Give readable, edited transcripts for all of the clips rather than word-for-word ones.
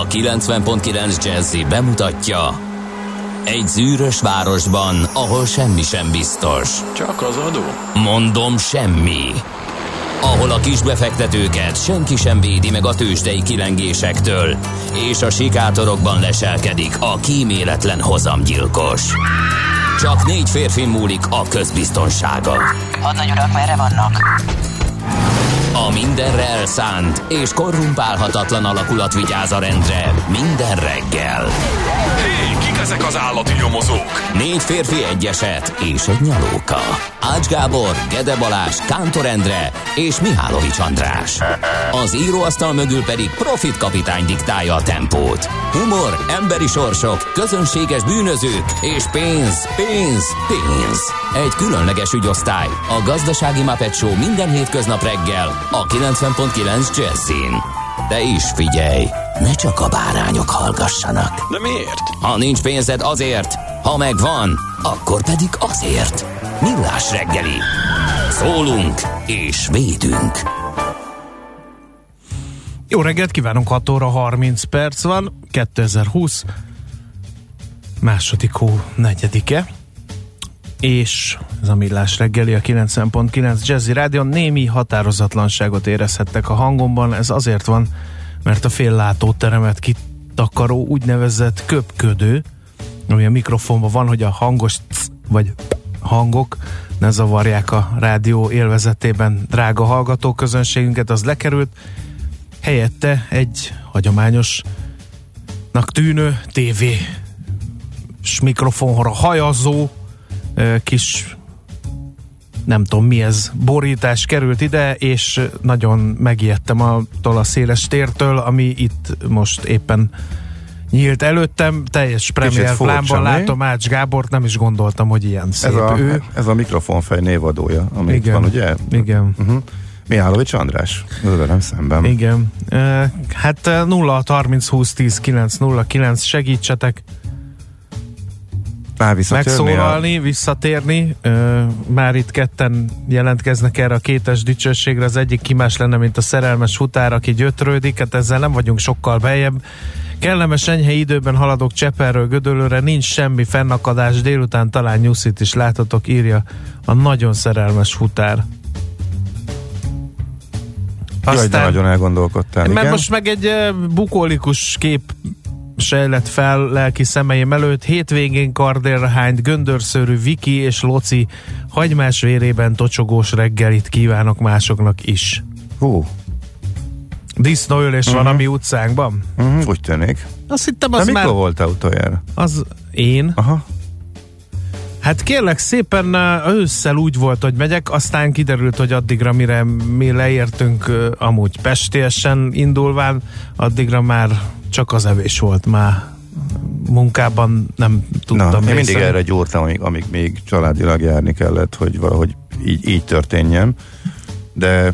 a 90.9 Jazzy bemutatja: egy zűrös városban, ahol semmi sem biztos. Csak az adó? Mondom, semmi. Ahol a kisbefektetőket senki sem védi meg a tőzsdei kilengésektől, és a sikátorokban leselkedik a kíméletlen hozamgyilkos. Csak 4 férfi múlik a közbiztonsága. Hadnagy urak, merre vannak? A mindenre elszánt és korrumpálhatatlan alakulat vigyáz a rendre minden reggel. Hé, kik ezek az állati nyomozók? 4 férfi, egy eset és egy nyalóka. Ács Gábor, Gede Balázs, Kántor Endre és Mihálovics András. Az íróasztal mögül pedig Profit kapitány diktálja a tempót. Humor, emberi sorsok, közönséges bűnözők és pénz, pénz, pénz. Egy különleges ügyosztály, a Gazdasági Muppet Show minden hétköznap reggel a 90.9 Jazzyn. De is figyelj, ne csak a bárányok hallgassanak. De miért? Ha nincs pénzed, azért, ha megvan, akkor pedig azért. Millás reggeli. Szólunk és védünk. Jó reggelt kívánunk, 6 óra 30 perc van, 2020 második hó 4-e, és ez a Millás reggeli, a 90.9 Jazzy Rádion. Némi határozatlanságot érezhettek a hangomban, ez azért van, mert a féllátóteremet kitakaró úgynevezett köpködő, ami a mikrofonban van, hogy a hangos vagy hangok ne zavarják a rádió élvezetében drága hallgatóközönségünket, az lekerült. Helyette egy hagyományosnak tűnő tévés mikrofonra hajazó kis, nem tudom mi ez, borítás került ide, és nagyon megijedtem attól a széles tértől, ami itt most éppen nyílt előttem. Teljes premier plámban látom Ács Gábort, nem is gondoltam, hogy ilyen szép ő. Ez a mikrofonfej névadója, ami itt van, ugye? Igen. Mihálovics András, velem szemben. Igen. Hát 0-30-20-10-9-0-9, segítsetek megszólalni, visszatérni. Már itt ketten jelentkeznek erre a kétes dicsőségre. Az egyik ki más lenne, mint a szerelmes futár, aki gyötrődik. Hát ezzel nem vagyunk sokkal beljebb. Kellemes enyhe időben haladok Cseperről Gödöllőre, nincs semmi fennakadás, délután talán nyuszit is láthatok, írja a nagyon szerelmes futár. Aztán, de nagyon elgondolkodtál, mert igen? Most meg egy bukólikus kép sejlett fel lelki szemeim előtt. Hétvégén kardélra hányt göndörszőrű Viki és Loci hagymás vérében tocsogós reggelit kívánok másoknak is. Disznóölés van a mi utcánkban? Úgy tűnik. Azt hittem, az de már... mikor voltál utoljára? Az én? Aha. Hát kérlek szépen, ősszel úgy volt, hogy megyek, aztán kiderült, hogy addigra, mire mi leértünk, amúgy pestélyesen indulván, addigra már csak az evés volt, már munkában nem tudtam. Én mindig erre gyúrtam, amíg még családilag járni kellett, hogy valahogy így történjen, de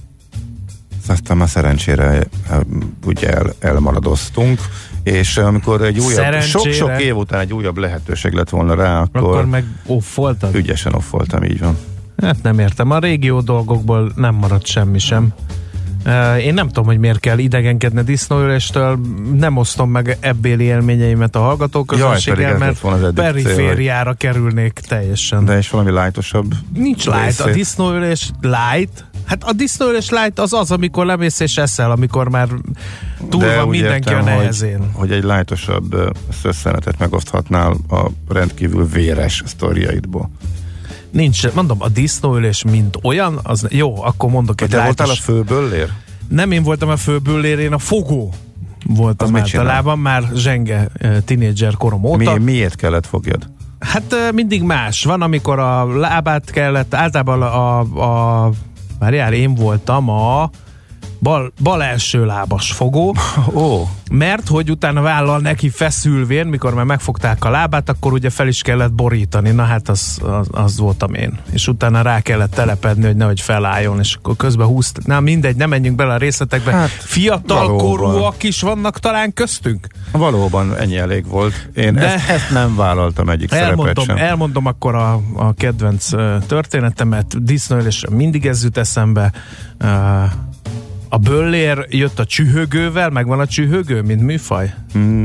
aztán már szerencsére ugye elmaradoztunk, és amikor egy újabb, sok év után egy újabb lehetőség lett volna rá, akkor meg offoltad? Ügyesen offoltam, így van. Hát nem értem, a régió dolgokból nem maradt semmi sem. Én nem tudom, hogy miért kell idegenkedni a disznóüléstől, nem osztom meg ebbéli élményeimet a hallgatóközönséggel, mert perifériára kerülnék teljesen. De és valami lightosabb? Nincs light, a disznóülés light. Hát a disznóülés light az, amikor lemész és eszel, amikor már túl van mindenki a nehezén. Hogy egy lightosabb szösszenetet megoszthatnál a rendkívül véres sztoriaidból. Nincs, mondom, a disznóülés mint olyan, az jó, akkor mondok egy lightos. Te voltál a főböllér? Nem én voltam a főböllér, én a fogó voltam általában, már zsenge tinédzser korom óta. Miért kellett fogjad? Hát mindig más. Van, amikor a lábát kellett, általában várjál, én voltam a bal első lábas fogó, mert hogy utána vállal neki feszülvén, mikor már megfogták a lábát, akkor ugye fel is kellett borítani, na hát az voltam én. És utána rá kellett telepedni, hogy nehogy felálljon, és akkor közben húzt. Na mindegy, nem menjünk bele a részletekbe. Hát, fiatal korúak is vannak talán köztünk? Valóban ennyi elég volt. Én ezt nem vállaltam egyik szerepet sem. Elmondom akkor a kedvenc történetemet. Disznóülésre mindig ez jut eszembe. a böllér jött a csühögővel, megvan a csühögő, mint műfaj?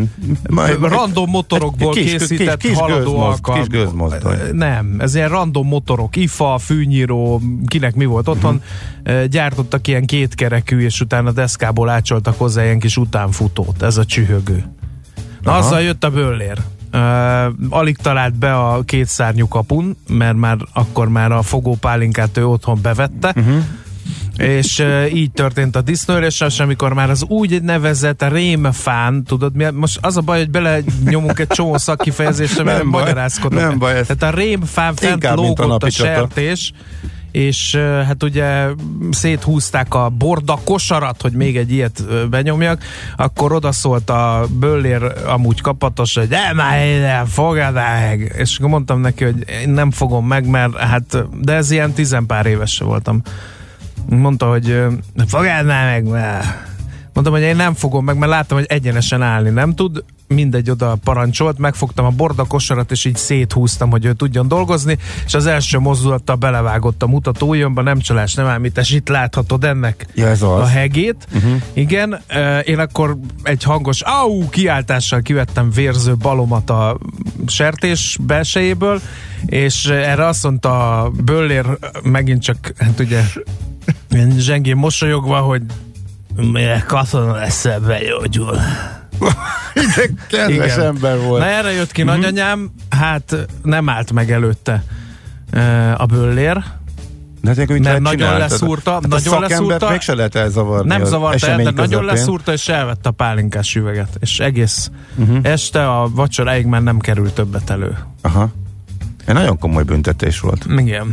Random motorokból készített haladó alkalm. Kis gőzmozdony. Nem, ez ilyen random motorok, IFA, fűnyíró, kinek mi volt otthon, gyártottak ilyen kétkerekű, és utána deszkából ácsoltak hozzá ilyen kis utánfutót, ez a csühögő. Na, azzal jött a böllér. Alig talált be a kétszárnyú kapun, mert akkor már a fogópálinkát ő otthon bevette, és így történt a disznóélés, és amikor már az úgy nevezett rémfán, tudod, most az a baj, hogy bele nyomunk egy csomó szakkifejezésre, mert magyarázkodunk. Nem baj. Tehát a rémfán fent lógott a sertés, és hát ugye széthúzták a borda kosarat, hogy még egy ilyet benyomjak, akkor odaszólt a böllér amúgy kapatos, hogy már ide, fogad meg, és akkor mondtam neki, hogy én nem fogom meg, mert hát, de ez ilyen 10 pár éves voltam. Mondta, hogy fogad meg, mondtam, hogy én nem fogom meg, mert láttam, hogy egyenesen állni nem tud, mindegy, oda parancsolt, megfogtam a bordakosarat, és így széthúztam, hogy ő tudjon dolgozni, és az első mozdulattal belevágott a mutatóujjamba, nem csalás, nem ámítás, itt láthatod ennek a hegét. Igen, én akkor egy hangos kiáltással kivettem vérző balomat a sertés belsejéből, és erre azt mondta a böllér, megint csak, hát ugye zsengén mosolyogva, hogy katona eszembe gyógyul. Kedves ember volt. Na erre jött ki nagyanyám, hát nem állt meg előtte a böllér. De mert nagyon leszúrta. Hát nagyon a szakembert mégse lehet elzavarni. Nem zavarta el, de nagyon leszúrta, és elvette a pálinkás üveget. És egész este a vacsoráig már nem került többet elő. Aha. Egy nagyon komoly büntetés volt. Igen.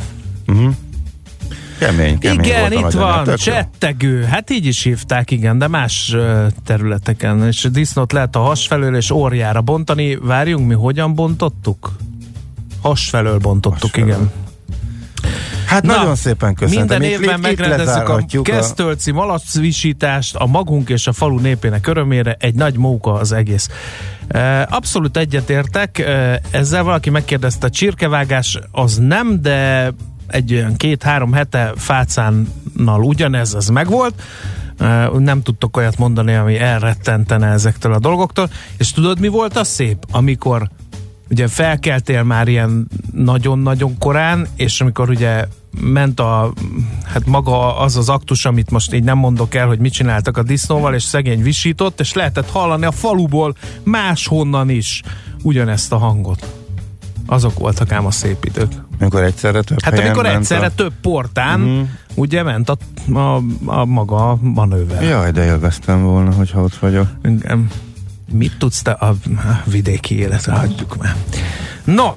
Kemény igen, volt itt van, csettegő. Hát így is hívták, igen, de más területeken. És a disznót lehet a has felől és orjára bontani. Várjunk, mi hogyan bontottuk? Has felől bontottuk, igen. Hát nagyon szépen köszönöm. Minden évben megrendezzük a Kesztölci malacvisítást, a magunk és a falu népének örömére, egy nagy móka az egész. Abszolút egyetértek, ezzel valaki megkérdezte, csirkevágás az nem, de egy olyan 2-3 hete Fácánnal ugyanez, az megvolt. Nem tudtok olyat mondani, ami elrettentene ezektől a dolgoktól. És tudod, mi volt az szép? Amikor ugye felkeltél már ilyen nagyon-nagyon korán, és amikor ugye ment hát maga az az aktus, amit most így nem mondok el, hogy mit csináltak a disznóval, és szegény visított, és lehetett hallani a faluból máshonnan is ugyanezt a hangot. Azok voltak ám a szép idők. Amikor egyszerre több amikor egyszerre több portán ugye ment a maga manőver. Jaj, de élveztem volna, hogyha ott vagyok. Mit tudsz te a vidéki életre? Hagyjuk már. No,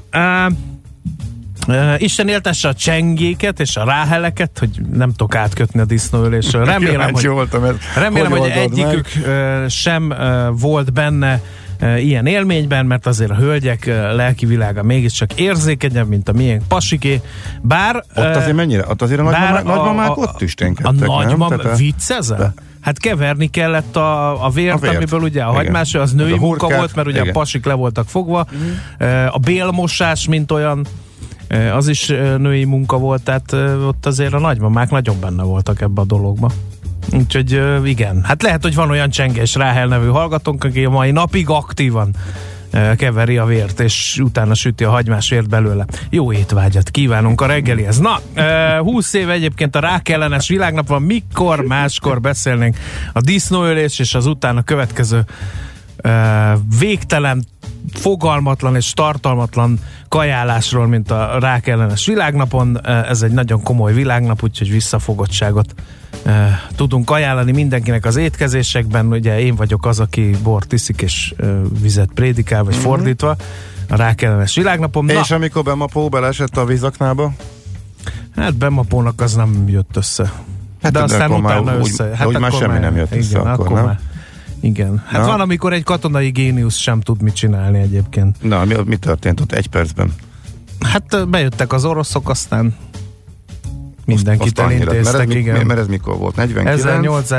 Isten éltesse a csengéket és a ráheleket, hogy nem tudok átkötni a disznóölésről. Remélem, hogy egyikük sem volt benne ilyen élményben, mert azért a hölgyek lelki világa mégiscsak érzékenyebb, mint a miénk pasiké. Bár... Ott azért mennyire? Ott azért a nagymamák ott tüsténkedtek, a nagymamák viccezel? Hát keverni kellett a vért, amiből ugye a hagymás, az női munka volt, mert ugye a pasik le voltak fogva. A bélmosás, mint olyan, az is női munka volt, tehát ott azért a nagymamák nagyon benne voltak ebbe a dologba. Úgyhogy igen, hát lehet, hogy van olyan Csenges Ráhel nevű hallgatónk, aki a mai napig aktívan keveri a vért, és utána süti a hagymás vért belőle. Jó étvágyat kívánunk a reggelihez. Na, 20 év egyébként a rákellenes világnap van, mikor máskor beszélnénk a disznóölés és az utána következő végtelen, fogalmatlan és tartalmatlan kajálásról, mint a rákellenes világnapon. Ez egy nagyon komoly világnap, úgyhogy visszafogottságot tudunk ajánlani mindenkinek az étkezésekben. Ugye én vagyok az, aki bort iszik és vizet prédikál, vagy fordítva a rákellenes világnapon. És amikor Bemapó belesett a vízaknába? Hát Bemapónak az nem jött össze. Hát de aztán utána össze. Hát úgy már semmi nem jött össze, akkor nem? Már. Igen. Hát van, amikor egy katonai géniusz sem tud mit csinálni egyébként. Na, mi történt ott 1 percben? Hát bejöttek az oroszok, aztán mindenkit elintéztek, igen. Mert ez mikor volt? 49?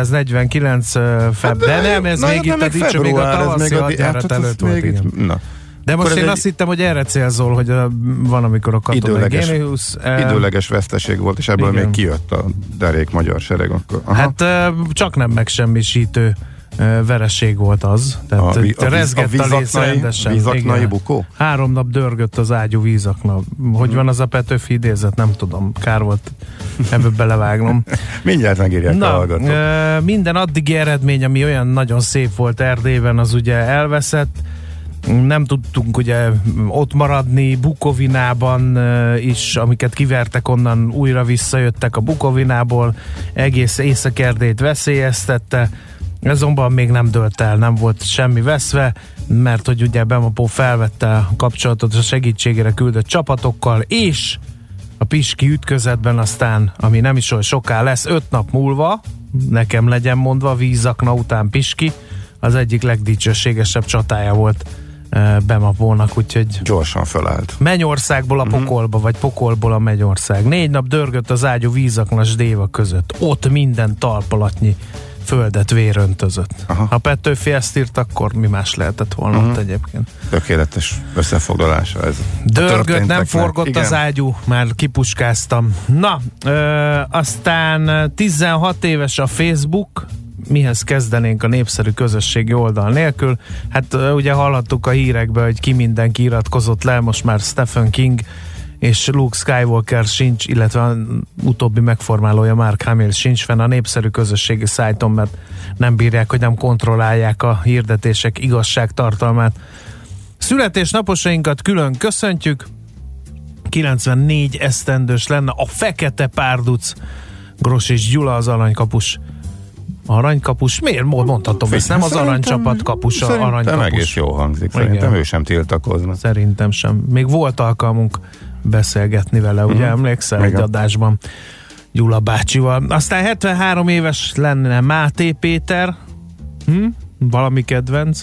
1849 de nem, ez még itt a dicső, még a tavaszi hadjárat előtt volt, igen. Na, De most én azt hittem, hogy erre célzol, hogy van, amikor a katonai géniusz... Időleges veszteség volt, és ebből még kijött a derék magyar sereg. Akkor. Hát csak nem megsemmisítő vereség volt az. Tehát rezgett a léc rendesen. Vízaknai bukó? 3 nap dörgött az ágyú vízakna. Hogy van az a Petőfi idézet? Nem tudom. Kár volt ebbe belevágnom. Mindjárt megírják a hallgatók. Minden addigi eredmény, ami olyan nagyon szép volt Erdélyben, az ugye elveszett. Nem tudtunk ugye ott maradni, Bukovinában is, amiket kivertek onnan, újra visszajöttek a Bukovinából, egész Észak-Erdélyt veszélyeztette. Azonban még nem dőlt el, nem volt semmi veszve, mert hogy ugye Bemapó felvette a kapcsolatot a segítségére küldött csapatokkal, és a piski ütközetben aztán, ami nem is olyan soká lesz, 5 nap múlva, nekem legyen mondva, Vízakna után Piski, az egyik legdicsőségesebb csatája volt Bemapónak, úgyhogy gyorsan fölállt. Mennyországból a pokolba, vagy pokolból a Mennyország. 4 nap dörgött az ágyú Vízakna és Déva között. Ott minden talpalatnyi földet véröntözött. Ha Petőfi ezt írt, akkor mi más lehetett volna ott egyébként. Tökéletes összefoglalása ez. Dörgött, nem forgott igen. Az ágyú, már kipuskáztam. Na, aztán 16 éves a Facebook, mihez kezdenénk a népszerű közösségi oldal nélkül? Hát ugye hallhattuk a hírekben, hogy ki mindenki iratkozott le, most már Stephen King és Luke Skywalker sincs, illetve utóbbi megformálója Mark Hamill sincs fenn a népszerű közösségi szájton, mert nem bírják, hogy nem kontrollálják a hirdetések igazságtartalmát. Születésnaposainkat külön köszöntjük. 94 esztendős lenne a fekete párduc Grosics Gyula, az aranykapus. Aranykapus? Miért mondhatom ezt? Nem az aranycsapat kapus, az aranykapus. Szerintem egész jó hangzik. Szerintem ő sem tiltakozna. Szerintem sem. Még volt alkalmunk beszélgetni vele, ugye emlékszel egy adásban Gyula bácsival. Aztán 73 éves lenne Máté Péter. Valami kedvenc?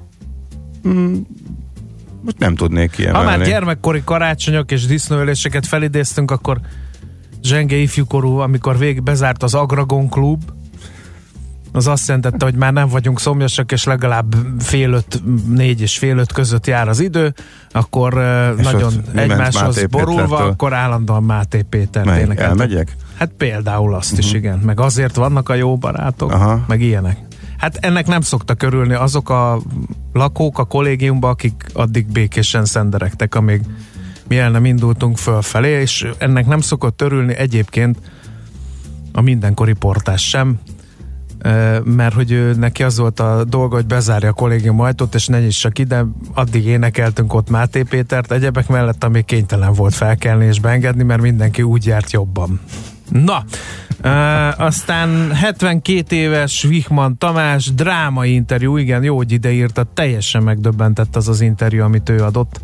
Most nem tudnék kiemelni. Ha már gyermekkori karácsonyok és disznóöléseket felidéztünk, akkor zsenge ifjúkorú, amikor bezárt az Agragon Klub, az azt jelentette, hogy már nem vagyunk szomjasak, és legalább 4 és fél 5 között jár az idő, akkor nagyon egymáshoz borulva, akkor állandóan Máté Péter énekelte. Elmegyek? Hát például azt is, igen. Meg azért vannak a jó barátok, meg ilyenek. Hát ennek nem szoktak örülni azok a lakók a kollégiumban, akik addig békésen szenderegtek, amíg mi el nem indultunk fölfelé, és ennek nem szokott örülni egyébként a mindenkori portás sem, mert hogy neki az volt a dolga, hogy bezárja a kollégium ajtót, és ne nyissa ki, de addig énekeltünk ott Máté Pétert, egyebek mellett, amíg kénytelen volt felkelni és beengedni, mert mindenki úgy járt jobban. Na, aztán 72 éves Wichmann Tamás, drámai interjú, igen, jó, hogy ide írta, teljesen megdöbbentett az interjú, amit ő adott.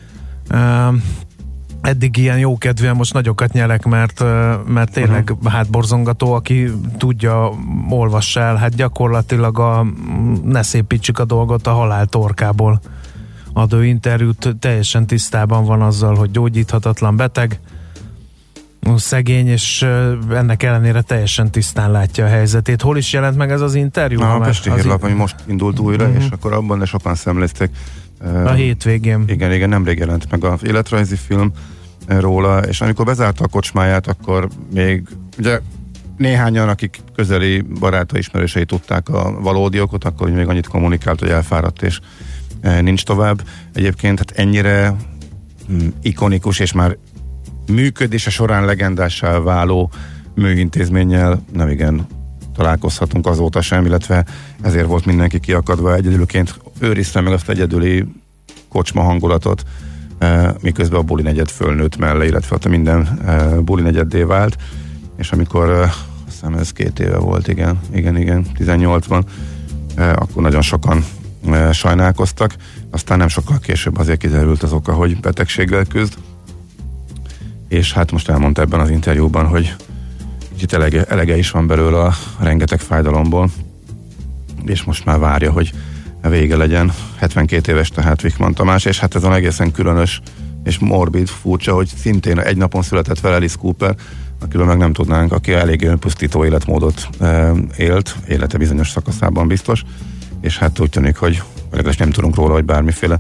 Eddig ilyen jókedvűen most nagyokat nyelek, mert tényleg hátborzongató, aki tudja, olvassa el, hát gyakorlatilag ne szépítsük a dolgot, a halál torkából adó interjút, teljesen tisztában van azzal, hogy gyógyíthatatlan beteg, szegény, és ennek ellenére teljesen tisztán látja a helyzetét. Hol is jelent meg ez az interjú? A Pesti Hírlap, ami most indult újra, és akkor abban de sokan szemlélték. A hétvégén. Igen, nemrég jelent meg az életrajzi film róla, és amikor bezárta a kocsmáját, akkor még ugye néhányan, akik közeli barátai, ismerősei tudták a valódi okot, akkor még annyit kommunikált, hogy elfáradt, és nincs tovább. Egyébként hát ennyire ikonikus, és már működése során legendássá váló műintézménnyel nem igen találkozhatunk azóta sem, illetve ezért volt mindenki kiakadva, egyedülként őrizte meg azt egyedüli kocsma hangulatot, miközben a buli negyed fölnőtt mellé, illetve ott minden buli negyeddé vált, és amikor azt hiszem ez 2 éve volt, igen, 18-ban, akkor nagyon sokan sajnálkoztak, aztán nem sokkal később azért kiderült az oka, hogy betegséggel küzd, és hát most elmondta ebben az interjúban, hogy itt elege is van belőle a rengeteg fájdalomból, és most már várja, hogy vége legyen. 72 éves tehát Wichmann Tamás, és hát ez az egészen különös és morbid, furcsa, hogy szintén egy napon született fel Alice Cooper, akiről meg nem tudnánk, aki eléggé önpusztító életmódot élt, élete bizonyos szakaszában biztos, és hát úgy tűnik, hogy legalábbis nem tudunk róla, hogy bármiféle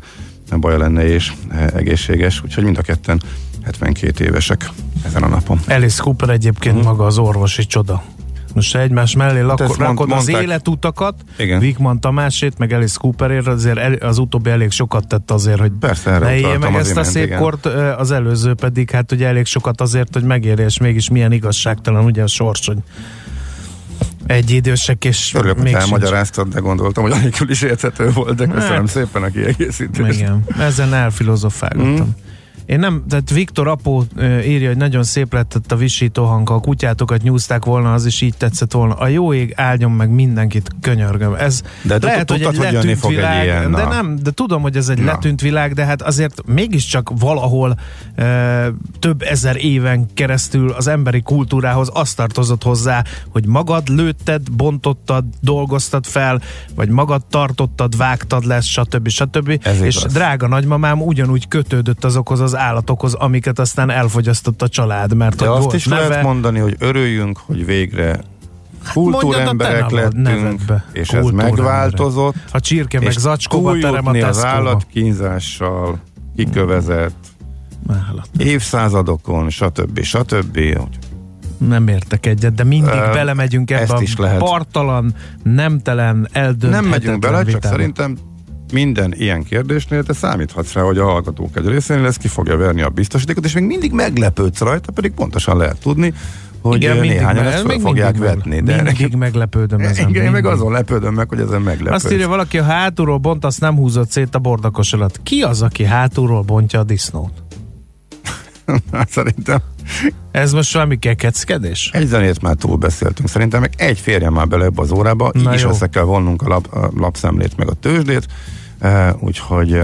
baja lenne és egészséges, úgyhogy mind a ketten 72 évesek ezen a napon. Alice Cooper egyébként maga az orvosi csoda. Most egymás mellé rakod az életutakat, Wickman Tamásét, meg Alice Cooperért, azért az utóbbi elég sokat tett azért, hogy persze, ne élje meg ezt a szép kort, az előző pedig hát ugye elég sokat azért, hogy megérje, és mégis milyen igazságtalan ugye a sors, hogy egy idősek, és örülök, hogy még elmagyaráztad, de gondoltam, hogy anélkül is érthető volt, de köszönöm szépen a kiegészítést. Igen, ezen elfilozofálgattam. Én nem, tehát Viktor apó írja, hogy nagyon szép lett a visító hang, ha a kutyátokat nyúzták volna, az is így tetszett volna. A jó ég áldjon meg mindenkit, könyörgöm. Ez de lehet, hogy egy letűnt világ, de tudom, hogy ez egy letűnt világ, de hát azért mégiscsak valahol több ezer éven keresztül az emberi kultúrához azt tartozott hozzá, hogy magad lőtted, bontottad, dolgoztad fel, vagy magad tartottad, vágtad le, stb. És drága nagymamám ugyanúgy kötődött azokhoz az állatokhoz, amiket aztán elfogyasztott a család, mert de azt is lehet mondani, hogy örüljünk, hogy végre kultúremberek lettünk, és ez megváltozott. A csirke meg zacskóba terem a az állatkínzással kikövezett évszázadokon, stb. Nem értek egyet, de mindig belemegyünk ebbe a partalan, nemtelen, eldönthetetlen nem megyünk bele, vitába. csak szerintem minden ilyen kérdésnél te számíthatsz rá, hogy a hallgatók egy részénél ez ki fogja verni a biztosítékot, és még mindig meglepődsz rajta, pedig pontosan lehet tudni, hogy igen, néhányan ezt fel fogják vetni. De mindig meglepődöm ezen. Igen, én meg azon lepődöm meg, hogy ezen meglepődsz. Azt írja valaki, a hátulról bont, azt nem húzott szét a bordakos alatt. Ki az, aki hátulról bontja a disznót? Szerintem ez most valami kekeckedés? Egy zenét már túl beszéltünk. Szerintem meg egy férjen már bele ebbe az órába, így is össze kell vonnunk a lapszemlét meg a tőzsdét, úgyhogy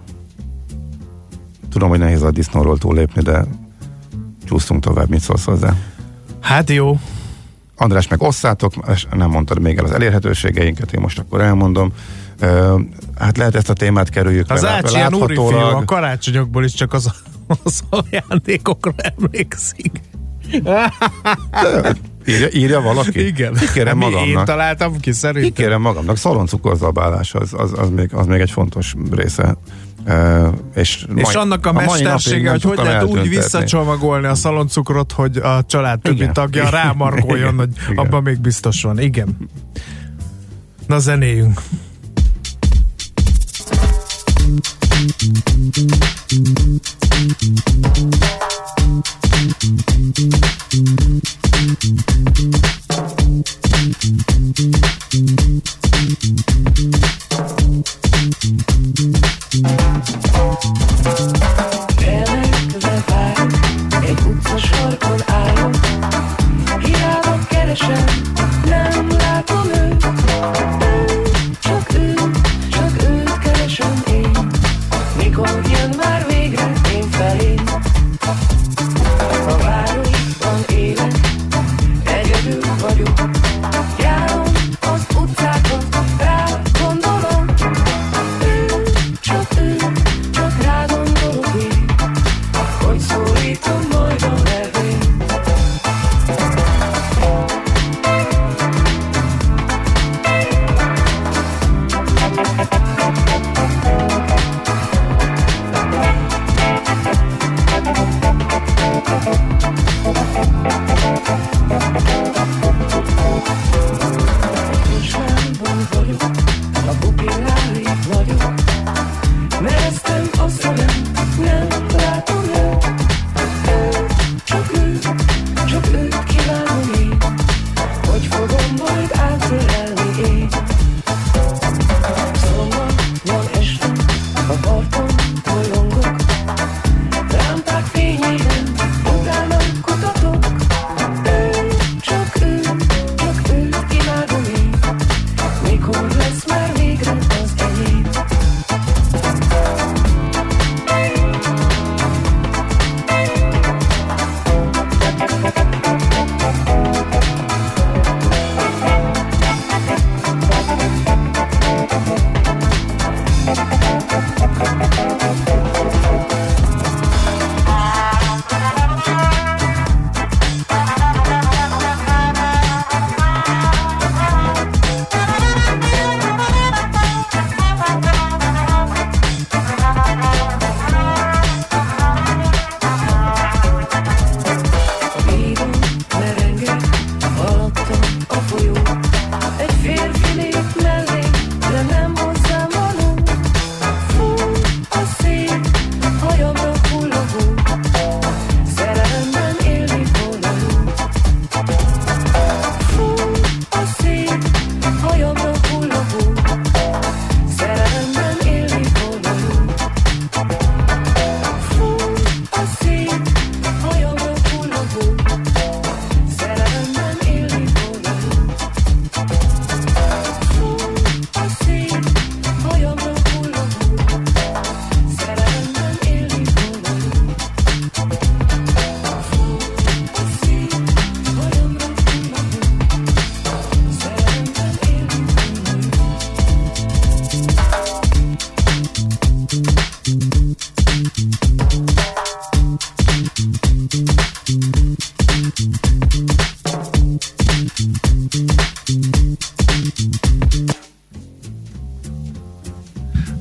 tudom, hogy nehéz a disznóról túllépni, de csúsztunk tovább, mit szólsz hozzá? Hát jó. András, meg osszátok, és nem mondtad még el az elérhetőségeinket, én most akkor elmondom. Hát lehet ezt a témát kerüljük az el. Az Ácsian úrifiú a karácsonyokból is csak az ajándékokra emlékszik. Írja valaki? Igen. Kikérem magamnak. Én találtam ki, szerintem. Kikérem magamnak. Szaloncukorzabálás az még egy fontos része. És annak a mestersége, hogy lehet úgy visszacsomagolni a szaloncukrot, hogy a család többi tagja rámarkoljon, hogy abban még biztos van. Igen. Na, zenéljünk. Egy utcasarkon állom, hiába keresem, nem látom őt. Csak őt keresem én. Mikor jön már végre én felé? A városban élek, egyedül vagyok. Járom az utcán.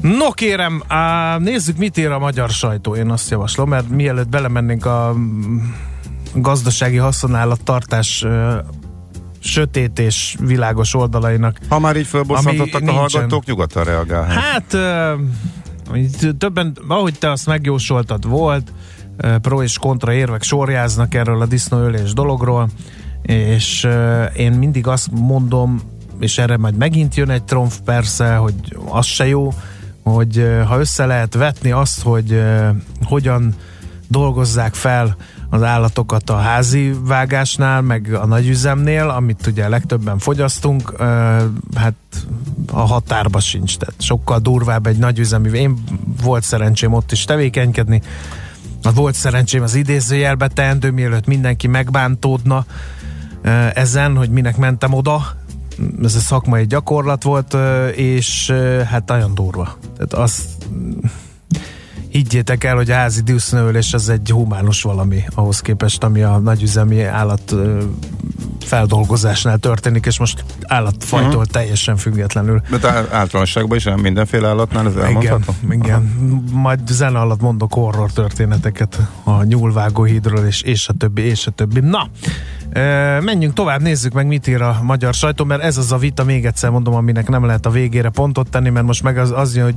No kérem, nézzük, mit ír a magyar sajtó, én azt javaslom, mert mielőtt belemennénk a gazdasági haszonállattartás sötét és világos oldalainak. Ha már így fölbosszantottak a hallgatók, nyugodtan reagálhat. Hát többen, ahogy te azt megjósoltad, volt pro és kontra érvek sorjáznak erről a disznóölés dologról, és én mindig azt mondom, és erre majd megint jön egy tromf persze, hogy az se jó, hogy ha össze lehet vetni azt, hogy hogyan dolgozzák fel az állatokat a házi vágásnál, meg a nagyüzemnél, amit ugye legtöbben fogyasztunk, hát a határba sincs, tehát sokkal durvább egy nagyüzemi. Én volt szerencsém ott is tevékenykedni, volt szerencsém az idézőjelbe teendő, mielőtt mindenki megbántódna ezen, hogy minek mentem oda. Ez a szakmai gyakorlat volt, és hát nagyon durva. Tehát azt higgyétek el, hogy a házi disznóölés az egy humánus valami ahhoz képest, ami a nagyüzemi állat feldolgozásnál történik, és most állatfajtól teljesen függetlenül. De általánosságban is mindenféle állatnál ez elmondható? Igen. Majd zene alatt mondok horror történeteket a nyúlvágóhídról, és a többi, és a többi. Na, menjünk tovább, nézzük meg, mit ír a magyar sajtó, mert ez az a vita, még egyszer mondom, aminek nem lehet a végére pontot tenni, mert most meg az jön, hogy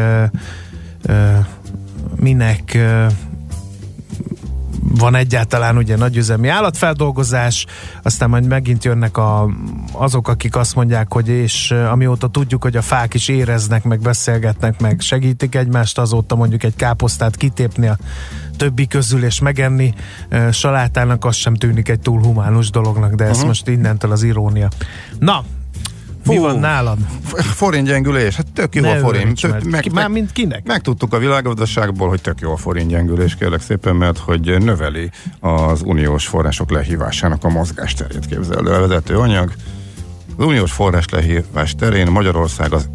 minek van egyáltalán ugye nagyüzemi állatfeldolgozás, aztán majd megint jönnek azok, akik azt mondják, hogy és amióta tudjuk, hogy a fák is éreznek, meg beszélgetnek, meg segítik egymást, azóta mondjuk egy káposztát kitépni a többi közül és megenni salátának, az sem tűnik egy túl humánus dolognak, de ez most innentől az irónia. Na, mi van nálad? Forintgyengülés, hát tök jó a forint. Mármint kinek? Megtudtuk a világgazdaságból, hogy tök jó a forintgyengülés, kérlek szépen, mert hogy növeli az uniós források lehívásának a mozgásterét, képzeld el. A vezető anyag. Az uniós forrás lehívás terén Magyarország az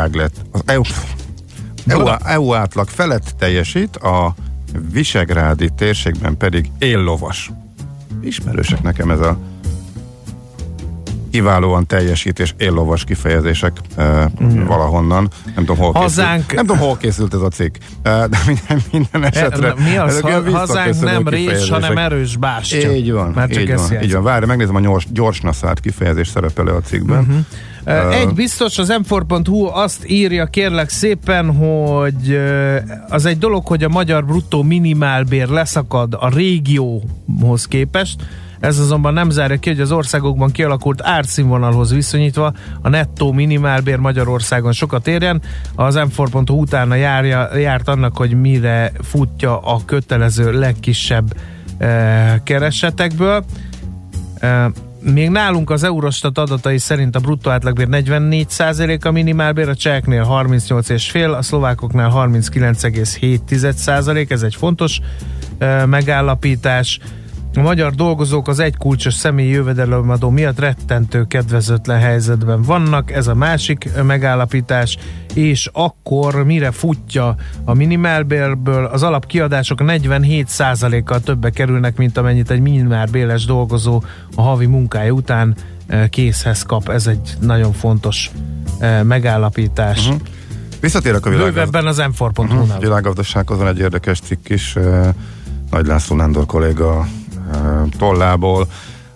EU átlag felett teljesít, a visegrádi térségben pedig éllovas. Ismerősek nekem ez a kiválóan teljesít és éllovas kifejezések valahonnan. Nem tudom, hol készült ez a cikk. De minden esetre. Mi az? Hazánk nem rés, hanem erős bástya. Így van. Így van. Várj, megnézem, a gyorsna szállt kifejezés szerepelő a cikkben. Egy biztos, az m4.hu azt írja, kérlek szépen, hogy az egy dolog, hogy a magyar bruttó minimálbér leszakad a régióhoz képest. Ez azonban nem zárja ki, hogy az országokban kialakult árszínvonalhoz viszonyítva a nettó minimálbér Magyarországon sokat érjen. Az m4.hu utána járt annak, hogy mire futja a kötelező legkisebb keresetekből. Még nálunk az Eurostat adatai szerint a bruttó átlagbér 44% a minimálbér, a cseheknél 38,5%, a szlovákoknál 39,7%, ez egy fontos megállapítás. A magyar dolgozók az egykulcsos személyi jövedelemadó miatt rettentő kedvezőtlen helyzetben vannak, ez a másik megállapítás, és akkor mire futja a minimálbérből, az alapkiadások 47%-kal többe kerülnek, mint amennyit egy minimálbéres dolgozó a havi munkája után készhez kap. Ez egy nagyon fontos megállapítás. Visszatérek a bővebben az m4.hu-nál. Világgazdasághoz van egy érdekes cikk is, Nagy László Nándor kolléga tollából.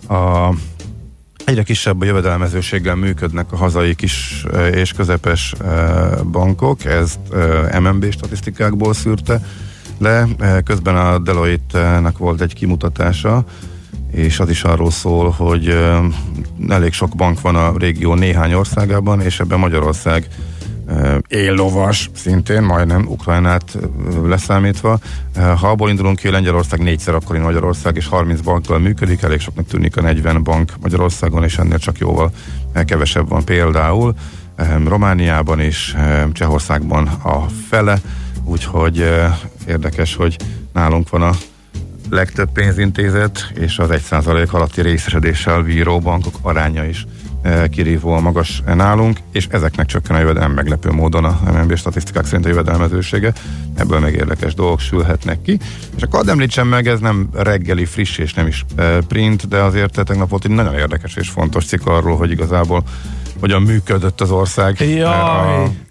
Egyre kisebb a jövedelmezőséggel működnek a hazai kis és közepes bankok, ezt MNB statisztikákból szűrte le, közben a Deloitte-nek volt egy kimutatása, és az is arról szól, hogy elég sok bank van a régió néhány országában, és ebben Magyarország éllovas, szintén majdnem Ukrajnát leszámítva. Ha abból indulunk ki, Lengyelország 4-szer akkori Magyarország, és 30 bankkal működik, elég soknak tűnik a 40 bank Magyarországon, és ennél csak jóval kevesebb van például. Romániában is, Csehországban a fele, úgyhogy érdekes, hogy nálunk van a legtöbb pénzintézet, és az 1% alatti részesedéssel bíró bankok aránya is kirívóan magas nálunk, és ezeknek csökken a jövedelem meglepő módon a MNB statisztikák szerint a jövedelmezősége. Ebből meg érdekes dolgok sülhetnek ki. És akkor hadd említsem meg, ez nem reggeli friss és nem is print, de azért tegnap volt egy nagyon érdekes és fontos cikk arról, hogy igazából hogyan működött az ország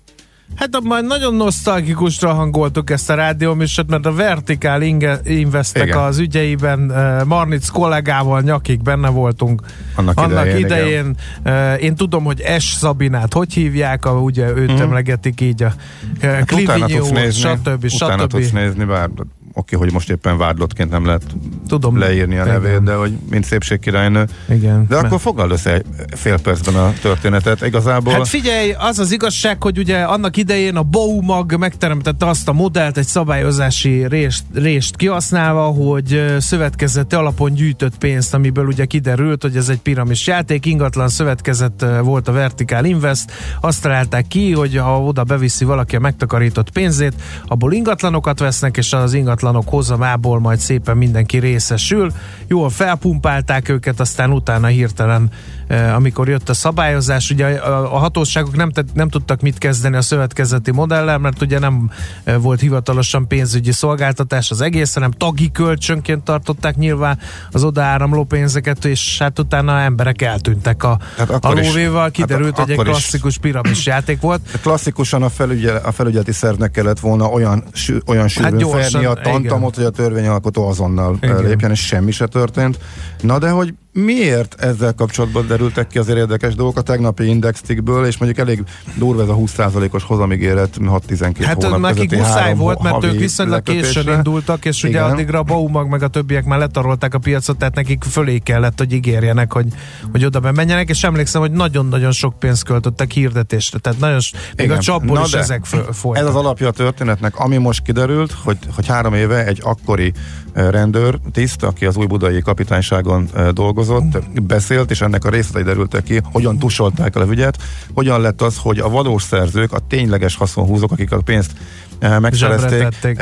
Hát majd nagyon nosztalgikusra hangoltuk ezt a rádióműsort, mert a Vertical Investek Igen. az ügyeiben Marnic kollégával nyakig benne voltunk. Annak idején. Én tudom, hogy S. Szabinát hogy hívják, ugye őt emlegetik így a Clivigny úr, stb. Utána tudsz nézni, bár oké, hogy most éppen vádlottként nem lehet leírni a nevét, igen. de hogy mint szépségkirálynő. Igen. De akkor foglald össze fél percben a történetet. Igazából... Hát figyelj, az az igazság, hogy ugye annak idején a Baumag megteremtette azt a modellt egy szabályozási rést kihasználva, hogy szövetkezeti alapon gyűjtött pénzt, amiből ugye kiderült, hogy ez egy piramis játék, ingatlan szövetkezet volt a Vertical Invest, azt találták ki, hogy ha oda beviszi valaki a megtakarított pénzét, abból ingatlanokat vesznek, és az ingatlanok hozamából majd szépen mindenki részesül. Jól felpumpálták őket, aztán utána hirtelen, amikor jött a szabályozás, ugye a hatóságok nem tudtak mit kezdeni a szövetkezeti modellel, mert ugye nem volt hivatalosan pénzügyi szolgáltatás az egész, hanem tagi kölcsönként tartották nyilván az odaáramló pénzeket, és hát utána emberek eltűntek a lóvéval, kiderült, hogy egy klasszikus piramis játék volt. Klasszikusan a felügyeleti szervnek kellett volna olyan sűrűn felni a tantamot, hogy a törvényalkotó azonnal lépjen, és semmi se történt. Na de hogy miért ezzel kapcsolatban derültek ki azért érdekes dolgok a tegnapi indexcikkből, és mondjuk elég durva ez a 20%-os hozamígéret 6-12 hát hónap nekik közötti muszáj volt, mert ők havi viszonylag későn indultak, és ugye igen. addigra a Baumag meg a többiek már letarolták a piacot, tehát nekik fölé kellett, hogy ígérjenek, hogy oda bemenjenek, és emlékszem, hogy nagyon-nagyon sok pénzt költöttek hirdetésre, tehát nagyon, még a csapból is ezek folytak. Ez az alapja a történetnek, ami most kiderült, hogy 3 éve egy akkori rendőr, tiszt, aki az újbudai kapitányságon dolgozott, beszélt, és ennek a részletei derültek ki, hogyan tusolták el a ügyet, hogyan lett az, hogy a valós szerzők, a tényleges haszonhúzók, akik a pénzt megszerezték,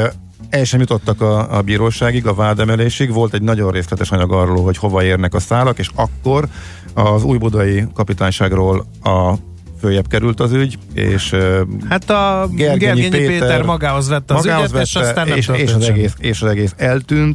el sem jutottak a bíróságig, a vádemelésig. Volt egy nagyon részletes anyag arról, hogy hova érnek a szálak, és akkor az újbudai kapitányságról följebb került az ügy, és hát a Gergényi Péter magához vette az ügyet, és aztán nem történt és az egész eltűnt,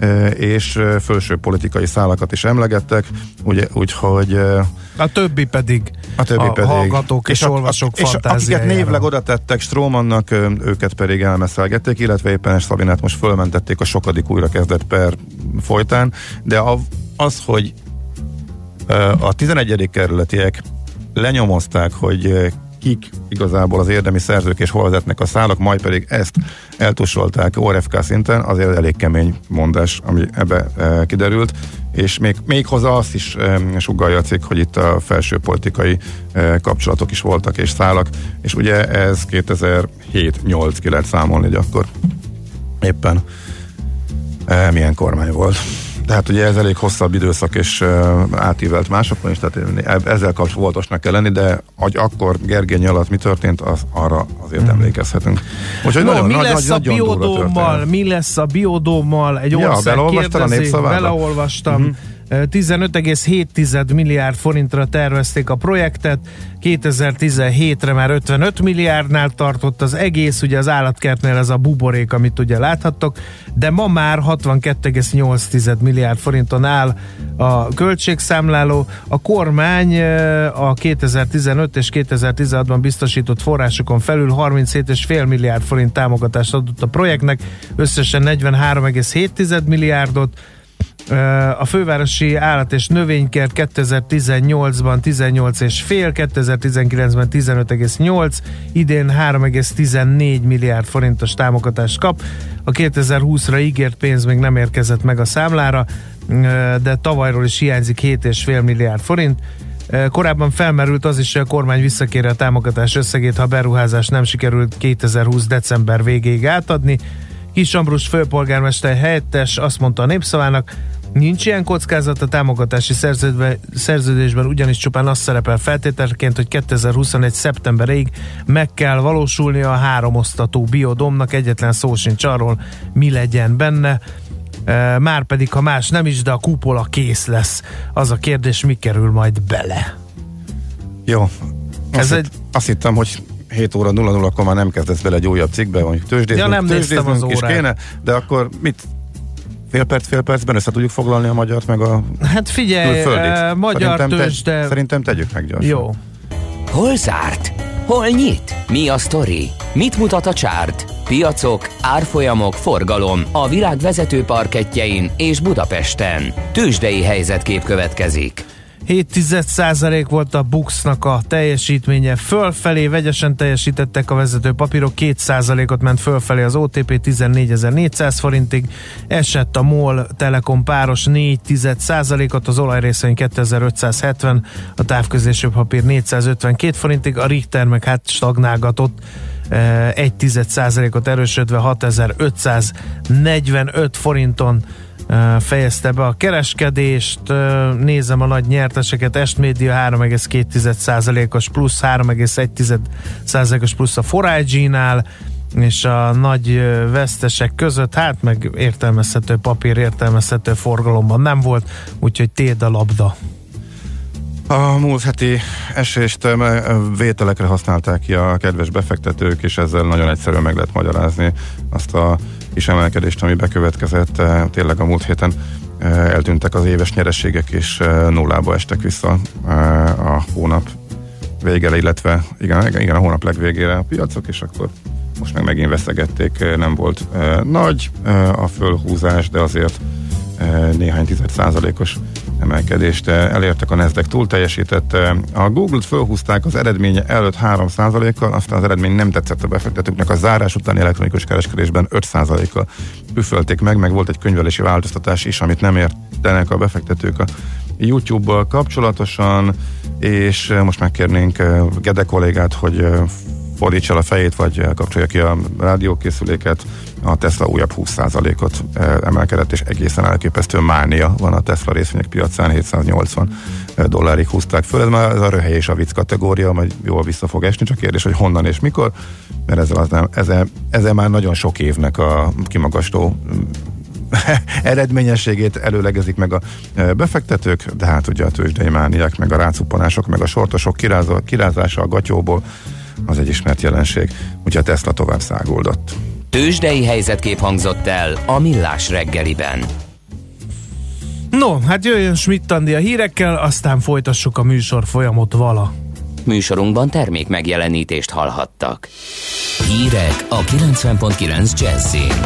és fölső politikai szálakat is emlegettek, úgyhogy a többi pedig hallgatók és olvasók fantáziájára. Akiket névleg oda tettek Stromannak, őket pedig elmeszelgették, illetve éppen Szabinát most fölmentették a sokadik újrakezdett per folytán, de az, hogy a 11. kerületiek lenyomozták, hogy kik igazából az érdemi szerzők és hol vezetnek a szálak, majd pedig ezt eltusolták ORFK szinten, azért elég kemény mondás, ami ebbe kiderült, és még hozzá azt is sugallja a cikk, hogy itt a felső politikai kapcsolatok is voltak és szálak, és ugye ez 2007-8 ki lehet számolni, hogy akkor éppen milyen kormány volt. Tehát ugye ez elég hosszabb időszak, és átívelt másokon is, tehát ezzel kapcsolatosnak kell lenni, de hogy akkor Gergény alatt mi történt, arra azért emlékezhetünk. Úgyhogy mi lesz a biodómmal? Egy ország kérdezi, beleolvastam. 15,7 milliárd forintra tervezték a projektet, 2017-re már 55 milliárdnál tartott az egész, ugye az állatkertnél ez a buborék, amit ugye láthattok, de ma már 62,8 milliárd forinton áll a költségszámláló. A kormány a 2015 és 2016-ban biztosított forrásokon felül 37,5 milliárd forint támogatást adott a projektnek, összesen 43,7 milliárdot. A fővárosi állat- és növénykert 2018-ban 18,5, 2019-ben 15,8, idén 3,14 milliárd forintos támogatást kap. A 2020-ra ígért pénz még nem érkezett meg a számlára, de tavalyról is hiányzik 7,5 milliárd forint. Korábban felmerült az is, hogy a kormány visszakéri a támogatás összegét, ha a beruházás nem sikerült 2020 december végéig átadni. Kis Ambrus főpolgármester helyettes azt mondta a Népszavának, nincs ilyen kockázat a támogatási szerződésben, ugyanis csupán az szerepel feltételként, hogy 2021. szeptemberig meg kell valósulnia a 3 osztatú biodómnak, egyetlen szó sincs arról, mi legyen benne. Márpedig, ha más nem is, de a kupola kész lesz. Az a kérdés, mi kerül majd bele. Jó. Azt hittem, hogy 7 óra 00-kor már nem kezdesz bele egy újabb cikkbe, hogy tőzsdéznünk is kéne, de akkor mit? Fél percben össze tudjuk foglalni a magyart, meg a hát figyelj, magyar tőzsde... Szerintem tegyük meg gyorsan. Jó. Hol zárt? Hol nyit? Mi a sztori? Mit mutat a csárt? Piacok, árfolyamok, forgalom a világ vezető parkettjein és Budapesten. Tőzsdei helyzetkép következik. 0,7% volt a BUX-nak a teljesítménye, fölfelé vegyesen teljesítettek a vezető papírok, 2%-ot ment fölfelé az OTP 14.400 forintig, esett a MOL Telekom páros 0,4%-ot, az olajrészvény 2570, a távközlésű papír 452 forintig, a Richter meg hát stagnálgatott 1,1%-ot erősödve 6545 forinton fejezte be a kereskedést. Nézem a nagy nyerteseket, Est Media 3,2%-os plusz, 3,1%-os plusz a 4IG-nál, és a nagy vesztesek között, hát meg értelmezhető papír, értelmezhető forgalomban nem volt, úgyhogy téd a labda. A múlt heti esést vételekre használták ki a kedves befektetők, és ezzel nagyon egyszerűen meg lehet magyarázni azt a kis emelkedést, ami bekövetkezett. Tényleg a múlt héten eltűntek az éves nyereségek, és nullába estek vissza a hónap végére, illetve igen, a hónap legvégére a piacok, és akkor most meg megint veszegették. Nem volt nagy a fölhúzás, de azért néhány 10%-os emelkedést elértek, a Nasdaq túl teljesített. A Google-t fölhúzták az eredménye előtt 3%-kal, aztán az eredmény nem tetszett a befektetőknek, a zárás utáni elektronikus kereskedésben 5%-kal üfölték meg volt egy könyvelési változtatás is, amit nem értenek a befektetők a YouTube-bal kapcsolatosan, és most megkérnénk Gede kollégát, hogy fordítsa el a fejét, vagy kapcsolja ki a rádiókészüléket. A Tesla újabb 20%-ot emelkedett, és egészen elképesztő mánia van a Tesla részvények piacán, $780 húzták föl. Ez már ez a röhely és a vicc kategória, majd jól vissza fog esni, csak kérdés, hogy honnan és mikor, mert ezzel már nagyon sok évnek a kimagasló eredményességét előlegezik meg a befektetők, de hát ugye a tőzsdei mániák, meg a rácuppanások, meg a sortosok kirázása a gatyóból, az egy ismert jelenség, úgyhogy a Tesla tovább száguldott. Tőzsdei helyzetkép hangzott el a Millás reggeliben. No, hát jöjjön Schmidt-Andi a hírekkel, aztán folytassuk a műsor folyamot vala. Műsorunkban termék megjelenítést hallhattak. Hírek a 90.9 Jazzin.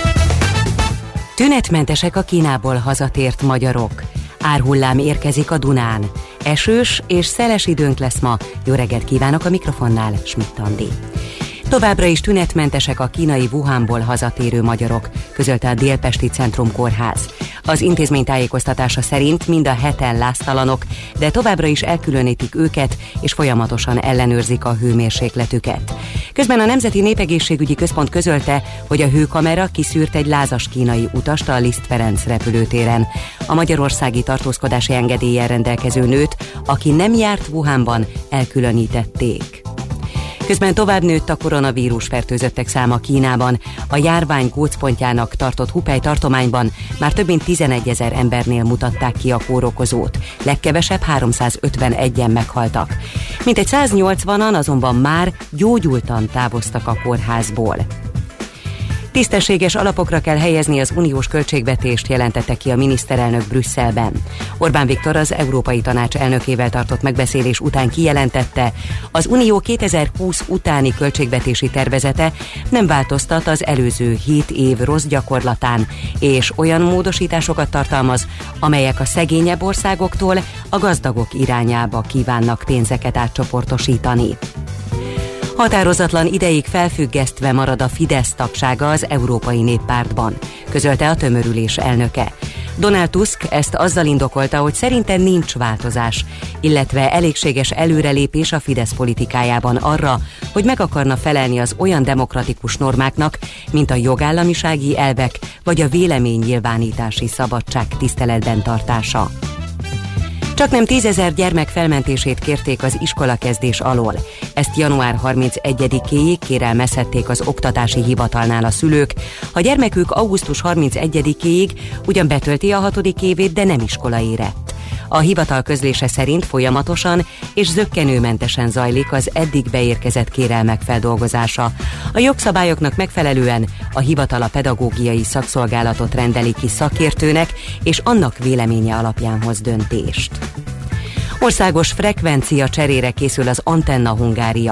Tünetmentesek a Kínából hazatért magyarok. Árhullám érkezik a Dunán. Esős és szeles időnk lesz ma. Jó reggelt kívánok, a mikrofonnál Schmidt-Andi. Továbbra is tünetmentesek a kínai Wuhanból hazatérő magyarok, közölte a Délpesti Centrum Kórház. Az intézmény tájékoztatása szerint mind a 7-en láztalanok, de továbbra is elkülönítik őket, és folyamatosan ellenőrzik a hőmérsékletüket. Közben a Nemzeti Népegészségügyi Központ közölte, hogy a hőkamera kiszűrt egy lázas kínai utast a Liszt Ferenc repülőtéren. A magyarországi tartózkodási engedéllyel rendelkező nőt, aki nem járt Wuhanban, elkülönítették. Közben tovább nőtt a koronavírus fertőzöttek száma Kínában. A járvány gócpontjának tartott Hubei tartományban már több mint 11 000 embernél mutatták ki a kórokozót. Legkevesebb 351-en meghaltak. Mintegy 180-an azonban már gyógyultan távoztak a kórházból. Tisztességes alapokra kell helyezni az uniós költségvetést, jelentette ki a miniszterelnök Brüsszelben. Orbán Viktor az Európai Tanács elnökével tartott megbeszélés után kijelentette, az Unió 2020 utáni költségvetési tervezete nem változtat az előző 7 év rossz gyakorlatán, és olyan módosításokat tartalmaz, amelyek a szegényebb országoktól a gazdagok irányába kívánnak pénzeket átcsoportosítani. Határozatlan ideig felfüggesztve marad a Fidesz tagsága az Európai Néppártban, közölte a tömörülés elnöke. Donald Tusk ezt azzal indokolta, hogy szerinte nincs változás, illetve elégséges előrelépés a Fidesz politikájában arra, hogy meg akarna felelni az olyan demokratikus normáknak, mint a jogállamisági elvek vagy a véleménynyilvánítási szabadság tiszteletben tartása. Csaknem 10 000 gyermek felmentését kérték az iskolakezdés alól. Ezt január 31-éig kérelmezhették az oktatási hivatalnál a szülők. A gyermekük augusztus 31-éig ugyan betölti a 6. évét, de nem iskola érett. A hivatal közlése szerint folyamatosan és zökkenőmentesen zajlik az eddig beérkezett kérelmek feldolgozása. A jogszabályoknak megfelelően a hivatal a pedagógiai szakszolgálatot rendeli ki szakértőnek, és annak véleménye alapján hoz döntést. Országos frekvencia cserére készül az Antenna Hungária.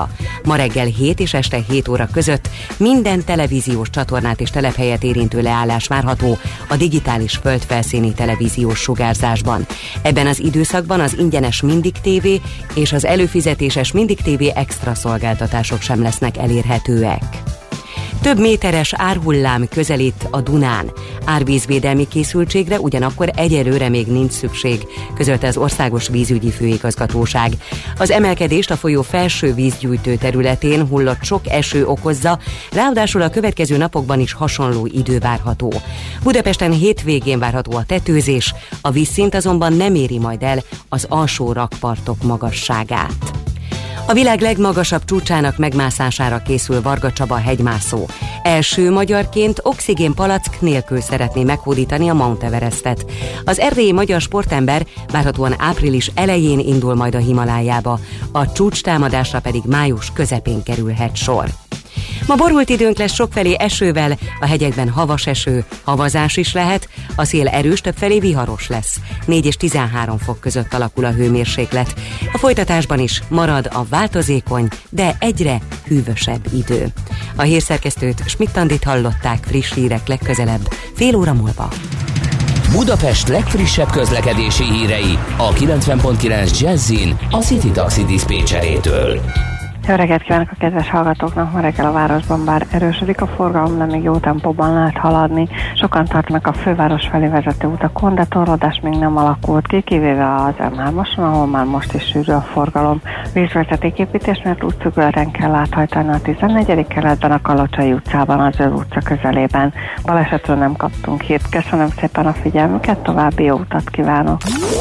Ma reggel 7 és este 7 óra között minden televíziós csatornát és telephelyet érintő leállás várható a digitális földfelszíni televíziós sugárzásban. Ebben az időszakban az ingyenes Mindig TV és az előfizetéses Mindig TV extra szolgáltatások sem lesznek elérhetőek. Több méteres árhullám közelít a Dunán. Árvízvédelmi készültségre ugyanakkor egyelőre még nincs szükség, közölte az Országos Vízügyi Főigazgatóság. Az emelkedést a folyó felső vízgyűjtő területén hullott sok eső okozza, ráadásul a következő napokban is hasonló idő várható. Budapesten hétvégén várható a tetőzés, a vízszint azonban nem éri majd el az alsó rakpartok magasságát. A világ legmagasabb csúcsának megmászására készül Varga Csaba hegymászó. Első magyarként oxigénpalack nélkül szeretné meghódítani a Mount Everestet. Az erdélyi magyar sportember várhatóan április elején indul majd a Himalájába, a csúcstámadásra pedig május közepén kerülhet sor. Ma borult időnk lesz sokfelé esővel, a hegyekben havas eső, havazás is lehet, a szél erős, többfelé viharos lesz. 4 és 13 fok között alakul a hőmérséklet. A folytatásban is marad a változékony, de egyre hűvösebb idő. A hírszerkesztőt Schmidt-Andit hallották, friss hírek legközelebb, fél óra múlva. Budapest legfrissebb közlekedési hírei a 90.9 Jazzin a City Taxi diszpécserétől. Jó reggelt kívánok a kedves hallgatóknak! Ma reggel a városban bár erősödik a forgalom, de még jó tempóban lehet haladni. Sokan tartanak a főváros felé vezető utakon, de torlódás még nem alakult ki, kivéve az M3-ason, ahol már most is sűrű a forgalom. Vízvezetéképítés, mert útszögületen kell áthajtani a 14. kerületben, a Kalocsai utcában, az Őr utca közelében. Balesetről nem kaptunk hírt. Köszönöm szépen a figyelmüket, további jó utat kívánok!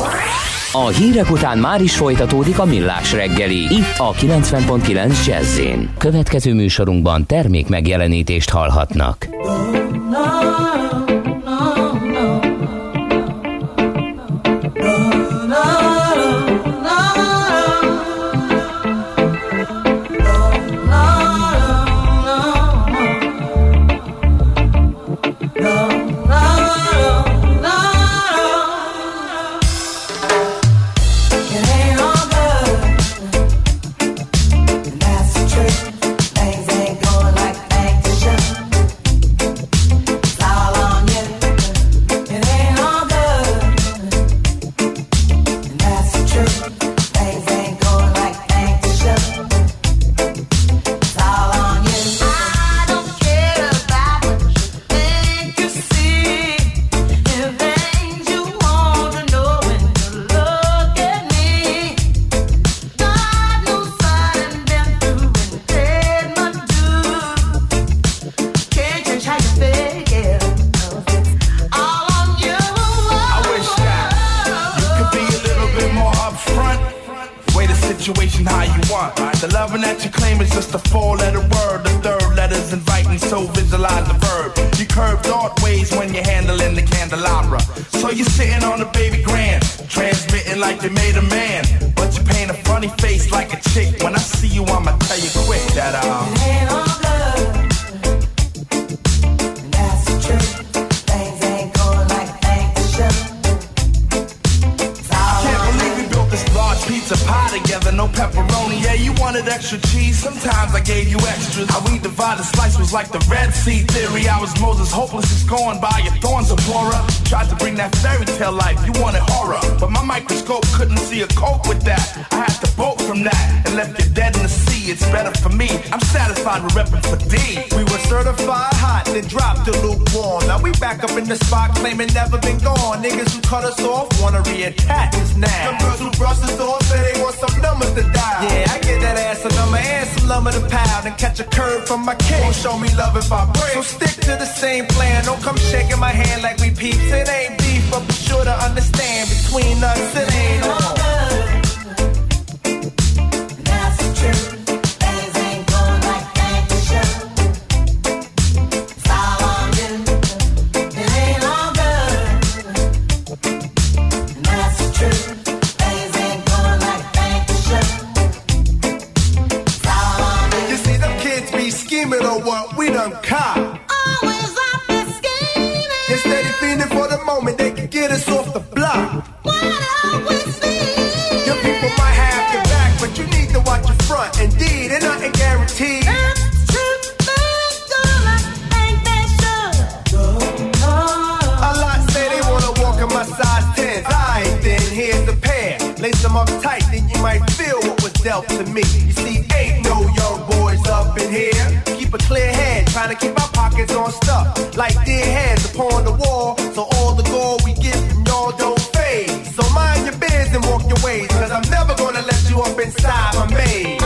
A hírek után már is folytatódik a Millás reggeli, itt a 90.9 Jazz-én. Következő műsorunkban termék megjelenítést hallhatnak. Like the Red Sea theory, I was Moses, hopeless and scorned by your thorns of Torah. Tried to bring that fairy tale life, you wanted horror, but my microscope couldn't see a cope with that. I had to bolt from that and left you dead in the sea. It's better for me, I'm satisfied with repping for D. We were certified hot, then dropped the lukewarm. Now we back up in the spot, claiming never been gone. Niggas who cut us off wanna reattach us now. Them girls who brush us off say they want some numbers to dial. Yeah, I get that ass a number and some lumber to pound and catch a curve from my king. Won't show me love if I break. So stick to the same plan. Don't come shaking my hand like we peeps. It ain't beef, but be sure to understand between us it ain't all. That's the truth. Things ain't going like they should. It's all on you. It ain't all good. That's the truth. Things ain't going like they should. It's all on you. You see them kids be scheming or what? We done caught. Always out there scheming. Instead of feeling for the moment, they can get us off the block. What are we seeing? Your people might have your back, but you need to watch your front. Indeed, and nothing guaranteed. yourself to me. You see, ain't no young boys up in here. Keep a clear head, trying to keep our pockets on stuff. Like dead heads upon the wall, so all the gold we get from y'all don't fade. So mind your biz and walk your ways, cause I'm never gonna let you up inside my maze.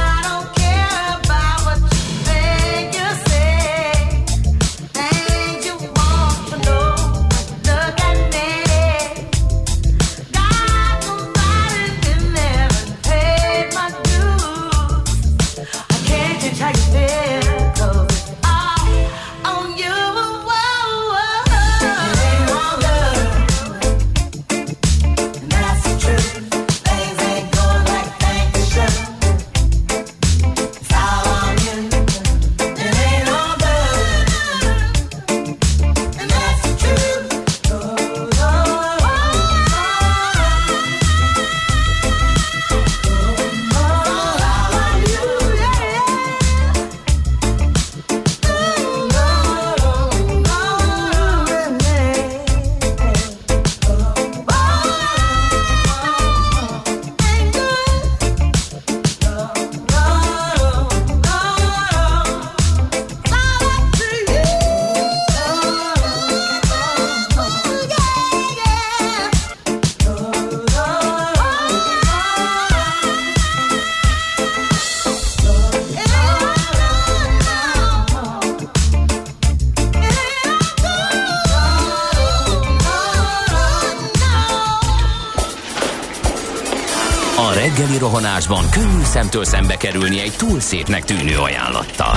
A reggeli rohanásban könnyű szemtől szembe kerülni egy túl szépnek tűnő ajánlattal.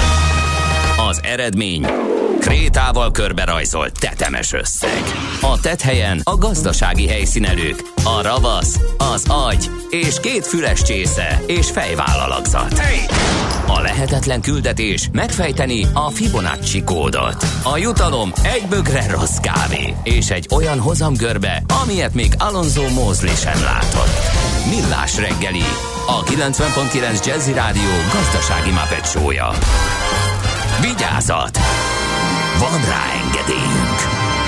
Az eredmény krétával körberajzolt tetemes összeg. A tetthelyen a gazdasági helyszínelők, a ravasz, az agy és 2 füles csésze és fejvállalakzat. A lehetetlen küldetés megfejteni a Fibonacci kódot. A jutalom egy bögre rossz kávé és egy olyan hozamgörbe, amilyet még Alonso Mosley sem látott. Millás reggeli, a 90.9 Jazzy Rádió gazdasági Muppet show-ja. Vigyázat! Van rá engedélyünk!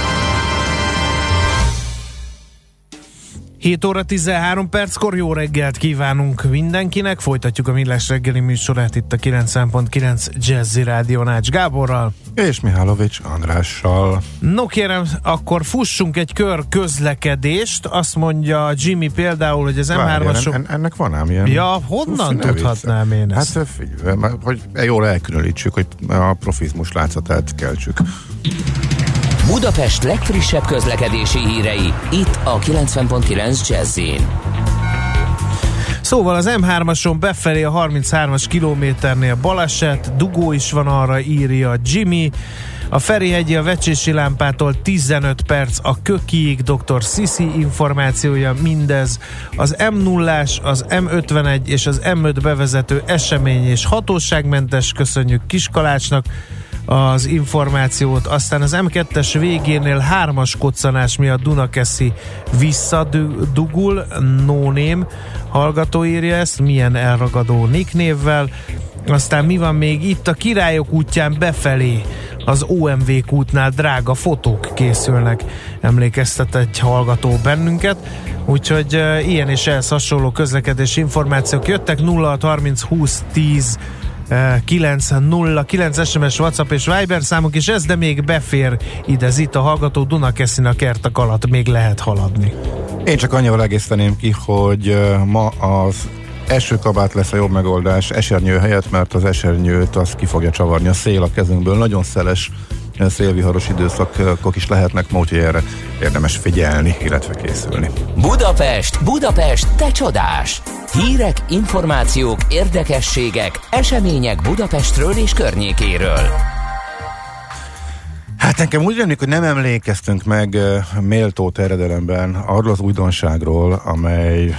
7 óra 13 perckor jó reggelt kívánunk mindenkinek. Folytatjuk a Millás reggeli műsorát itt a 90.9 Jazzy Rádión Ács Gáborral. És Mihálovics Andrással. No kérem, akkor fussunk egy kör közlekedést. Azt mondja Jimmy például, hogy az M3-asok... Ennek van ám ilyen... Ja, honnan tudhatnám én ezt? Hát figyelj, hogy jól elkülönítsük, hogy a profizmus látszatát keltsük. Budapest legfrissebb közlekedési hírei, itt a 90.9 Jazz-in. Szóval az M3-ason befelé a 33-as kilométernél baleset, dugó is van, arra írja Jimmy. A Ferihegyi a Vecsési lámpától 15 perc a Kökiig, Dr. Sisi információja mindez. Az M0-ás, az M51 és az M5 bevezető esemény és hatóságmentes, köszönjük Kiskalácsnak az információt. Aztán az M2-es végénél 3-as koccanás miatt Dunakeszi visszadugul, no name hallgató írja ezt, milyen elragadó nicknévvel. Aztán mi van még itt? A Királyok útján befelé az OMV útnál drága fotók készülnek, emlékeztet egy hallgató bennünket, úgyhogy ilyen és ehhez hasonló közlekedési információk jöttek. 0630 20 10 909 SMS, WhatsApp és Viber számunk is ez, de még befér ide itt a hallgató Dunakeszin a kertek alatt még lehet haladni. Én csak annyival egészteném ki, hogy ma az esőkabát lesz a jobb megoldás esernyő helyett, mert az esernyőt az ki fogja csavarni a szél a kezünkből. Nagyon szeles szélviharos időszakok is lehetnek ma, úgyhogy erre érdemes figyelni, illetve készülni. Budapest, te csodás! Hírek, információk, érdekességek, események Budapestről és környékéről. Hát nekem úgy rémlik, hogy nem emlékeztünk meg méltó terjedelemben arról az újdonságról, amely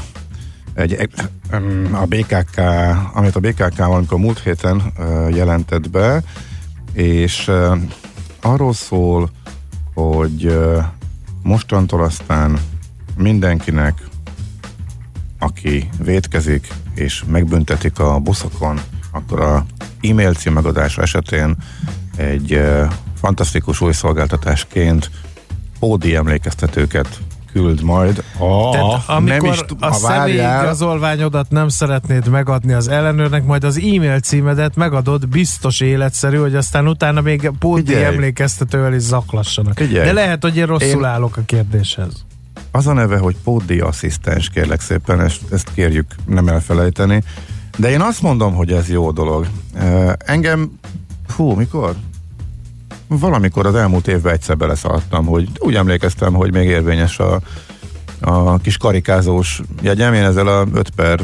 amit a BKK valamikor múlt héten jelentett be, és arról szól, hogy mostantól aztán mindenkinek, aki vétkezik és megbüntetik a buszokon, akkor a e-mail cím megadása esetén egy fantasztikus új szolgáltatásként pódi emlékeztetőket küld majd. Tehát amikor a személyigazolványodat nem szeretnéd megadni az ellenőrnek, majd az e-mail címedet megadod, biztos életszerű, hogy aztán utána még pódi emlékeztetővel is zaklassanak. De lehet, hogy én rosszul állok a kérdéshez. Az a neve, hogy pódi asszisztens, kérlek szépen, ezt kérjük nem elfelejteni. De én azt mondom, hogy ez jó dolog. Engem, mikor? Valamikor az elmúlt évben egyszer beleszaladtam, hogy úgy emlékeztem, hogy még érvényes a kis karikázós jegyem. Én ezzel a 5 per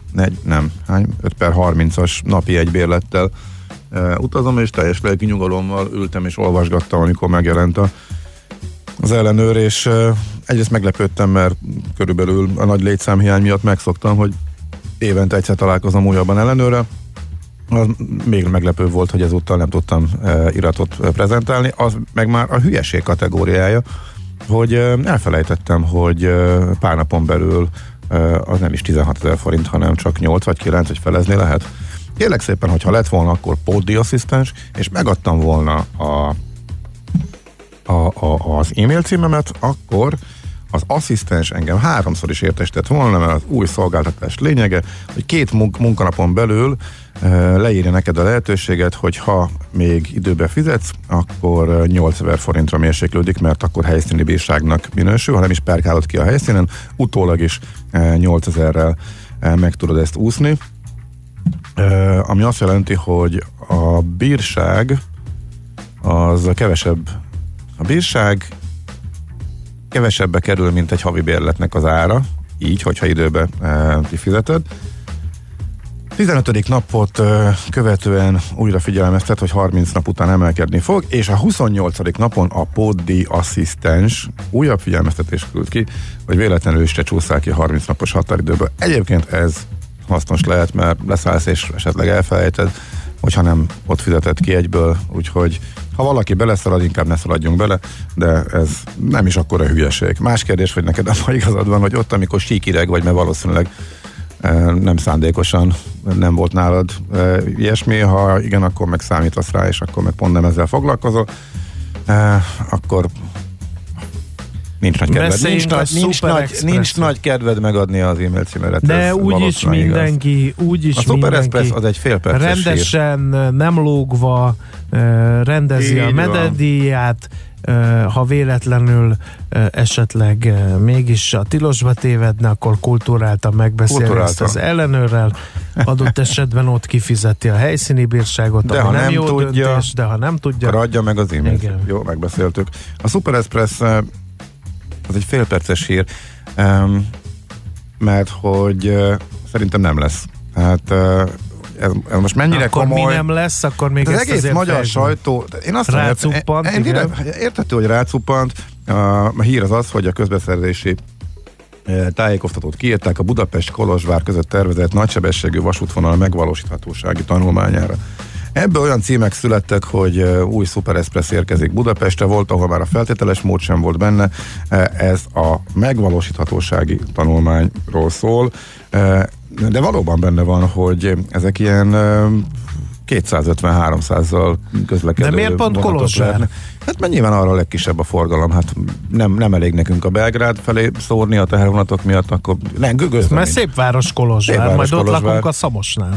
30-as napi egybérlettel utazom, és teljes lelki nyugalommal ültem és olvasgattam, amikor megjelent az ellenőr, és egyrészt meglepődtem, mert körülbelül a nagy létszámhiány miatt megszoktam, hogy évente egyszer találkozom újabban ellenőrrel. Az még meglepő volt, hogy ezúttal nem tudtam iratot prezentálni, az meg már a hülyeség kategóriája, hogy elfelejtettem, hogy pár napon belül az nem is 16 000 forint, hanem csak 8 vagy 9, hogy felezni lehet. Kérlek szépen, hogyha lett volna akkor pódi asszisztens, és megadtam volna az e-mail címemet, akkor az asszisztens engem 3-szor is értesített volna, mert az új szolgáltatás lényege, hogy 2 munkanapon belül leírja neked a lehetőséget, hogy ha még időbe fizetsz, akkor 8000 forintra mérséklődik, mert akkor helyszíni bírságnak minősül, ha nem is perkálod ki a helyszínen, utólag is 8000-rel meg tudod ezt úszni. Ami azt jelenti, hogy a bírság az kevesebb. A bírság kevesebbe kerül, mint egy havi bérletnek az ára, így, hogyha időbe kifizeted. 15. napot követően újra figyelmeztet, hogy 30 nap után emelkedni fog, és a 28. napon a pódi asszisztens újabb figyelmeztetést küld ki, hogy véletlenül is se csúszál ki 30 napos határidőből. Egyébként ez hasznos lehet, mert leszállsz és esetleg elfelejted, hogyha nem ott fizetett ki egyből, úgyhogy ha valaki beleszalad, inkább ne szaladjunk bele, de ez nem is akkora hülyeség. Más kérdés, hogy neked abban igazad van, hogy ott, amikor síkireg vagy, mert valószínűleg nem szándékosan nem volt nálad ilyesmi, ha igen, akkor meg számítasz rá, és akkor meg pont nem ezzel foglalkozol, akkor nincs nagy kedved. Nincs nagy kedved megadni az e-mail címeret. De úgyis mindenki, a Super Express az egy fél perces rendesen, nem lógva rendezi a mededíját, ha véletlenül esetleg mégis a tilosba tévedne, akkor kulturáltan megbeszélni ezt az ellenőrrel, adott esetben ott kifizeti a helyszíni bírságot, de ami ha nem jó tudja, döntés, de ha nem tudja, akkor adja meg az e-mailt. Jó, megbeszéltük. A Super Express az egy fél perces hír, mert hogy szerintem nem lesz. Hát ez most mennyire akkor komoly. Mi nem lesz, akkor még az ezt egész magyar sajtó, én azt rácuppant, érthető, hogy rácuppant. A hír az, hogy a közbeszerzési tájékoztatót kiírták a Budapest-Kolozsvár között tervezett nagysebességű vasútvonal megvalósíthatósági tanulmányára. Ebből olyan címek születtek, hogy új Super Express érkezik Budapestre, volt, ahol már a feltételes mód sem volt benne. Ez a megvalósíthatósági tanulmányról szól, de valóban benne van, hogy ezek ilyen 250-300-zal közlekedő. De miért pont Kolozsvár? Hát mert nyilván arra a legkisebb a forgalom, hát nem elég nekünk a Belgrád felé szórni a tehervonatok miatt, akkor nem, mert szép város Kolozsvár, majd ott lakunk a Szamosnál.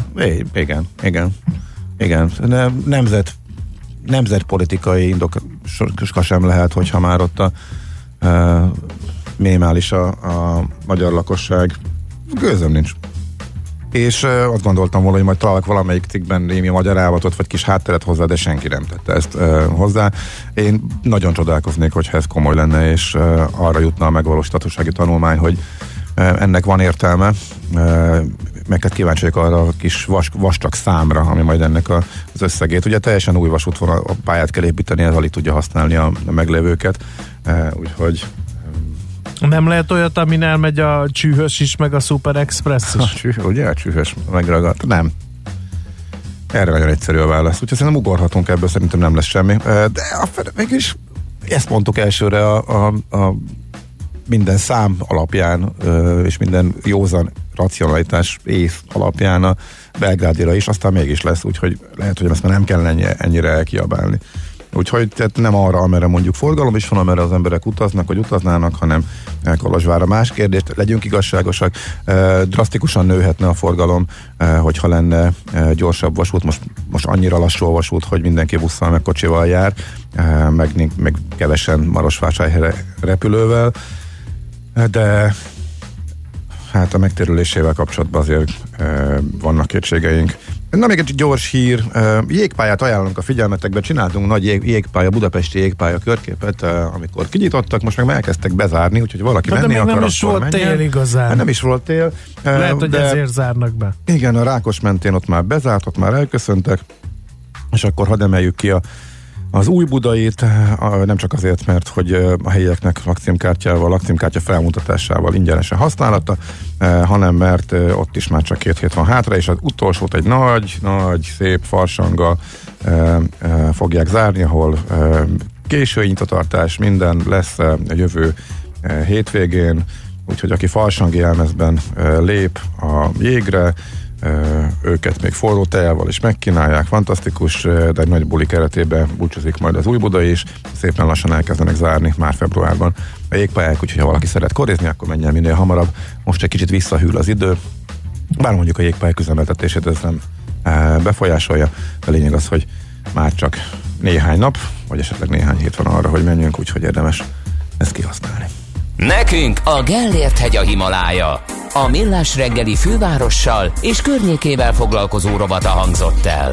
Igen. Nemzetpolitikai indoka sem lehet, hogyha már ott a minimális a magyar lakosság. Gőzöm nincs. És azt gondoltam volna, hogy majd találok valamelyik cikkben némi magyarázatot, vagy kis hátteret hozzá, de senki nem tette ezt hozzá. Én nagyon csodálkoznék, hogyha ez komoly lenne, és arra jutna a megvalósíthatósági tanulmány, hogy ennek van értelme, meg hát kíváncsi vagyok arra a kis vastag számra, ami majd ennek az összegét. Ugye teljesen új vasútvonal pályát kell építeni, ez alig tudja használni a meglévőket, úgyhogy nem lehet olyat, amin elmegy a Csűhös is, meg a Super Express is? Ugye a Csűhös megragadt? Nem. Erre nagyon egyszerű a válasz. Úgyhogy szerintem ugorhatunk ebből, szerintem nem lesz semmi. De mégis ezt mondtuk elsőre a minden szám alapján és minden józan racionalitás ész alapján a Belgrádira is, aztán mégis lesz, úgyhogy lehet, hogy ezt már nem kell ennyire elkiabálni. Úgyhogy tehát nem arra, amerre mondjuk forgalom is van, amerre az emberek utaznak, vagy utaznának, hanem Kolozsvárra. Más kérdést, legyünk igazságosak, drasztikusan nőhetne a forgalom, hogyha lenne gyorsabb vasút, most annyira lassú a vasút, hogy mindenki busszal meg kocsival jár, meg kevesen Marosvásárhelyre repülővel, de hát a megtérülésével kapcsolatban azért vannak kétségeink. Na, még egy gyors hír, jégpályát ajánlunk a figyelmetekbe, csináltunk nagy jégpálya, budapesti jégpálya körképet, amikor kinyitottak, most meg elkezdtek bezárni, úgyhogy valaki menni akar, nem is volt tél igazán. Nem is volt tél. Lehet, hogy ezért zárnak be. Igen, a Rákos mentén ott már bezárt, ott már elköszöntek, és akkor hadd emeljük ki az új Budait, nem csak azért, mert hogy a helyieknek lakcímkártya felmutatásával ingyenesen használata, hanem mert ott is már csak 2 hét van hátra, és az utolsót egy nagy, szép farsanggal fogják zárni, ahol késői nyitvatartás, minden lesz a jövő hétvégén, úgyhogy aki farsangi jelmezben lép a jégre, őket még forró tejával is megkínálják, fantasztikus, de egy nagy buli keretében búcsúzik majd az új Buda is, szépen lassan elkezdenek zárni már februárban a jégpályák, úgyhogy ha valaki szeret korizni, akkor menjen minél hamarabb. Most egy kicsit visszahűl az idő, bár mondjuk a jégpályák üzemeltetését ez nem befolyásolja, de lényeg az, hogy már csak néhány nap, vagy esetleg néhány hét van arra, hogy menjünk, úgyhogy érdemes ezt kihasználni. Nekünk a Gellért-hegy a Himalája. A Millás reggeli fővárossal és környékével foglalkozó rovata hangzott el.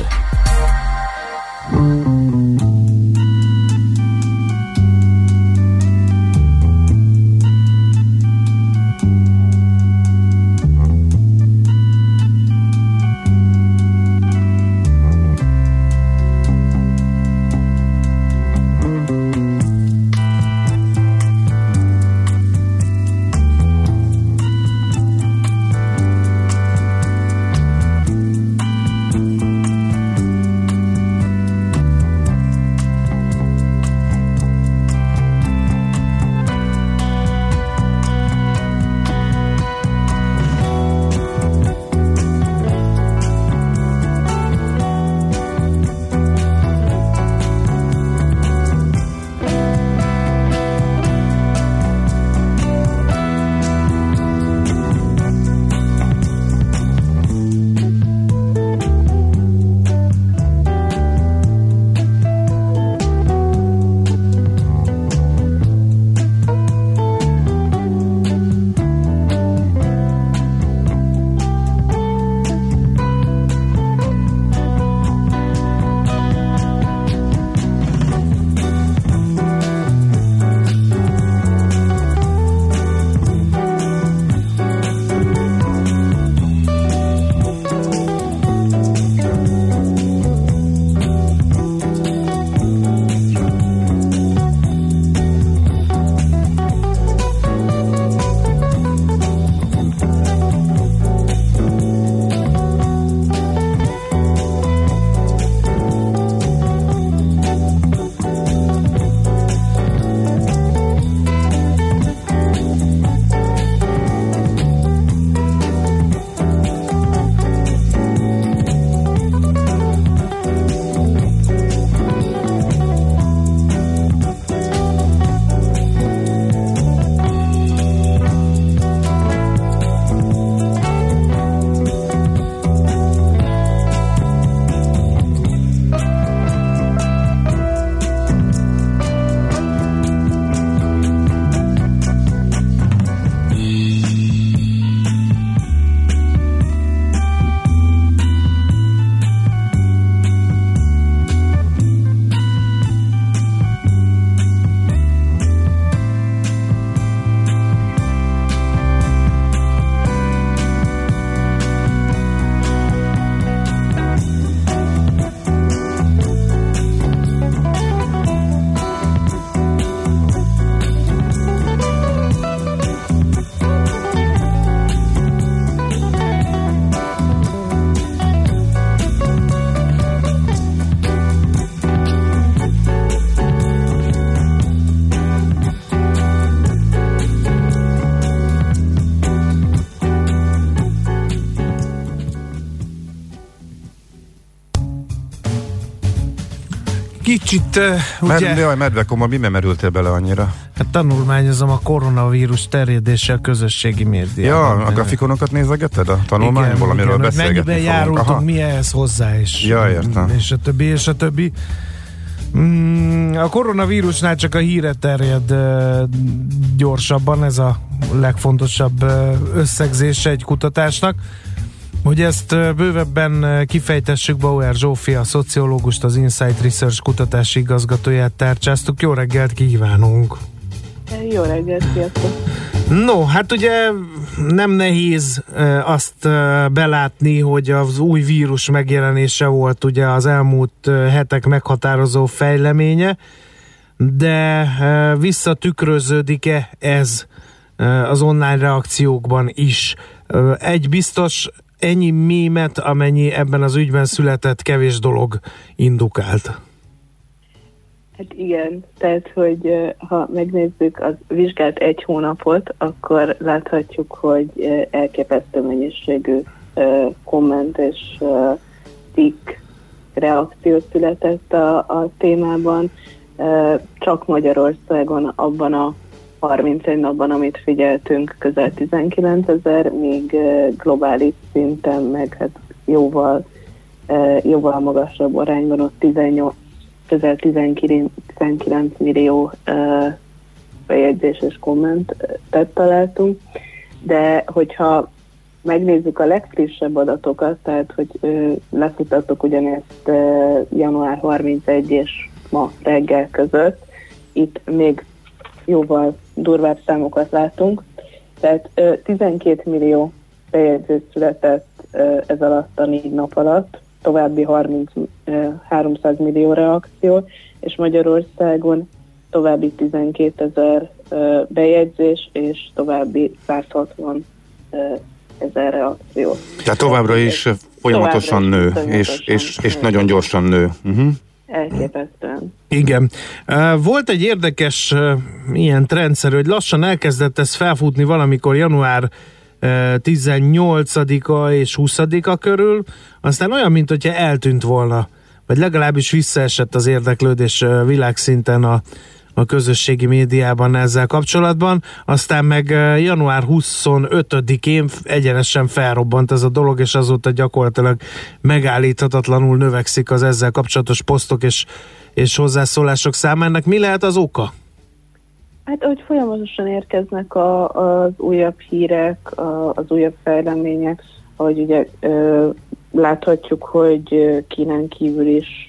kicsit, ugye... Jaj, Medvekoma, mi merültél bele annyira? Hát tanulmányozom a koronavírus terjedése a közösségi médiában. Ja, a grafikonokat nézegeted a tanulmányból, amiről beszélgetni fogunk? Mennyiben járultunk mi ehhez hozzá, és, ja, értem. És a többi, és a többi. A koronavírusnál csak a híre terjed gyorsabban, ez a legfontosabb összegzése egy kutatásnak. Hogy ezt bővebben kifejtessük, Bauer Zsófia, a szociológust, az Insight Research kutatási igazgatóját tárcsáztuk. Jó reggelt kívánunk! Jó reggelt, sziasztok! No, hát ugye nem nehéz azt belátni, hogy az új vírus megjelenése volt ugye az elmúlt hetek meghatározó fejleménye, de visszatükröződik-e ez az online reakciókban is? Egy biztos, ennyi mémet, amennyi ebben az ügyben született, kevés dolog indukált. Hát igen, tehát, hogy ha megnézzük az vizsgált egy hónapot, akkor láthatjuk, hogy elképesztő mennyiségű komment és cikk reakció született a témában. Csak Magyarországon abban a 31 napban, amit figyeltünk, közel 19 000, míg globális szinten meg hát jóval magasabb arányban, ott közel 19 millió bejegyzés és kommentet találtunk, de hogyha megnézzük a legfrissebb adatokat, tehát hogy lefutattuk ugyanezt január 31 és ma reggel között, itt még jóval durvább számokat látunk, tehát 12 millió bejegyzés született ez alatt a 4 nap alatt, további 300 millió reakció, és Magyarországon további 12 000 bejegyzés, és további 160 000 reakció. Tehát továbbra is folyamatosan nő, és nagyon gyorsan nő. Elképesztően. Igen. Volt egy érdekes ilyen trendszerű, hogy lassan elkezdett ez felfutni valamikor január 18-a és 20-a körül, aztán olyan, mint hogyha eltűnt volna, vagy legalábbis visszaesett az érdeklődés világszinten a közösségi médiában ezzel kapcsolatban, aztán meg január 25-én egyenesen felrobbant ez a dolog, és azóta gyakorlatilag megállíthatatlanul növekszik az ezzel kapcsolatos posztok és hozzászólások száma. Ennek mi lehet az oka? Hát, hogy folyamatosan érkeznek az újabb hírek, az újabb fejlemények, ahogy ugye láthatjuk, hogy Kínán kívül is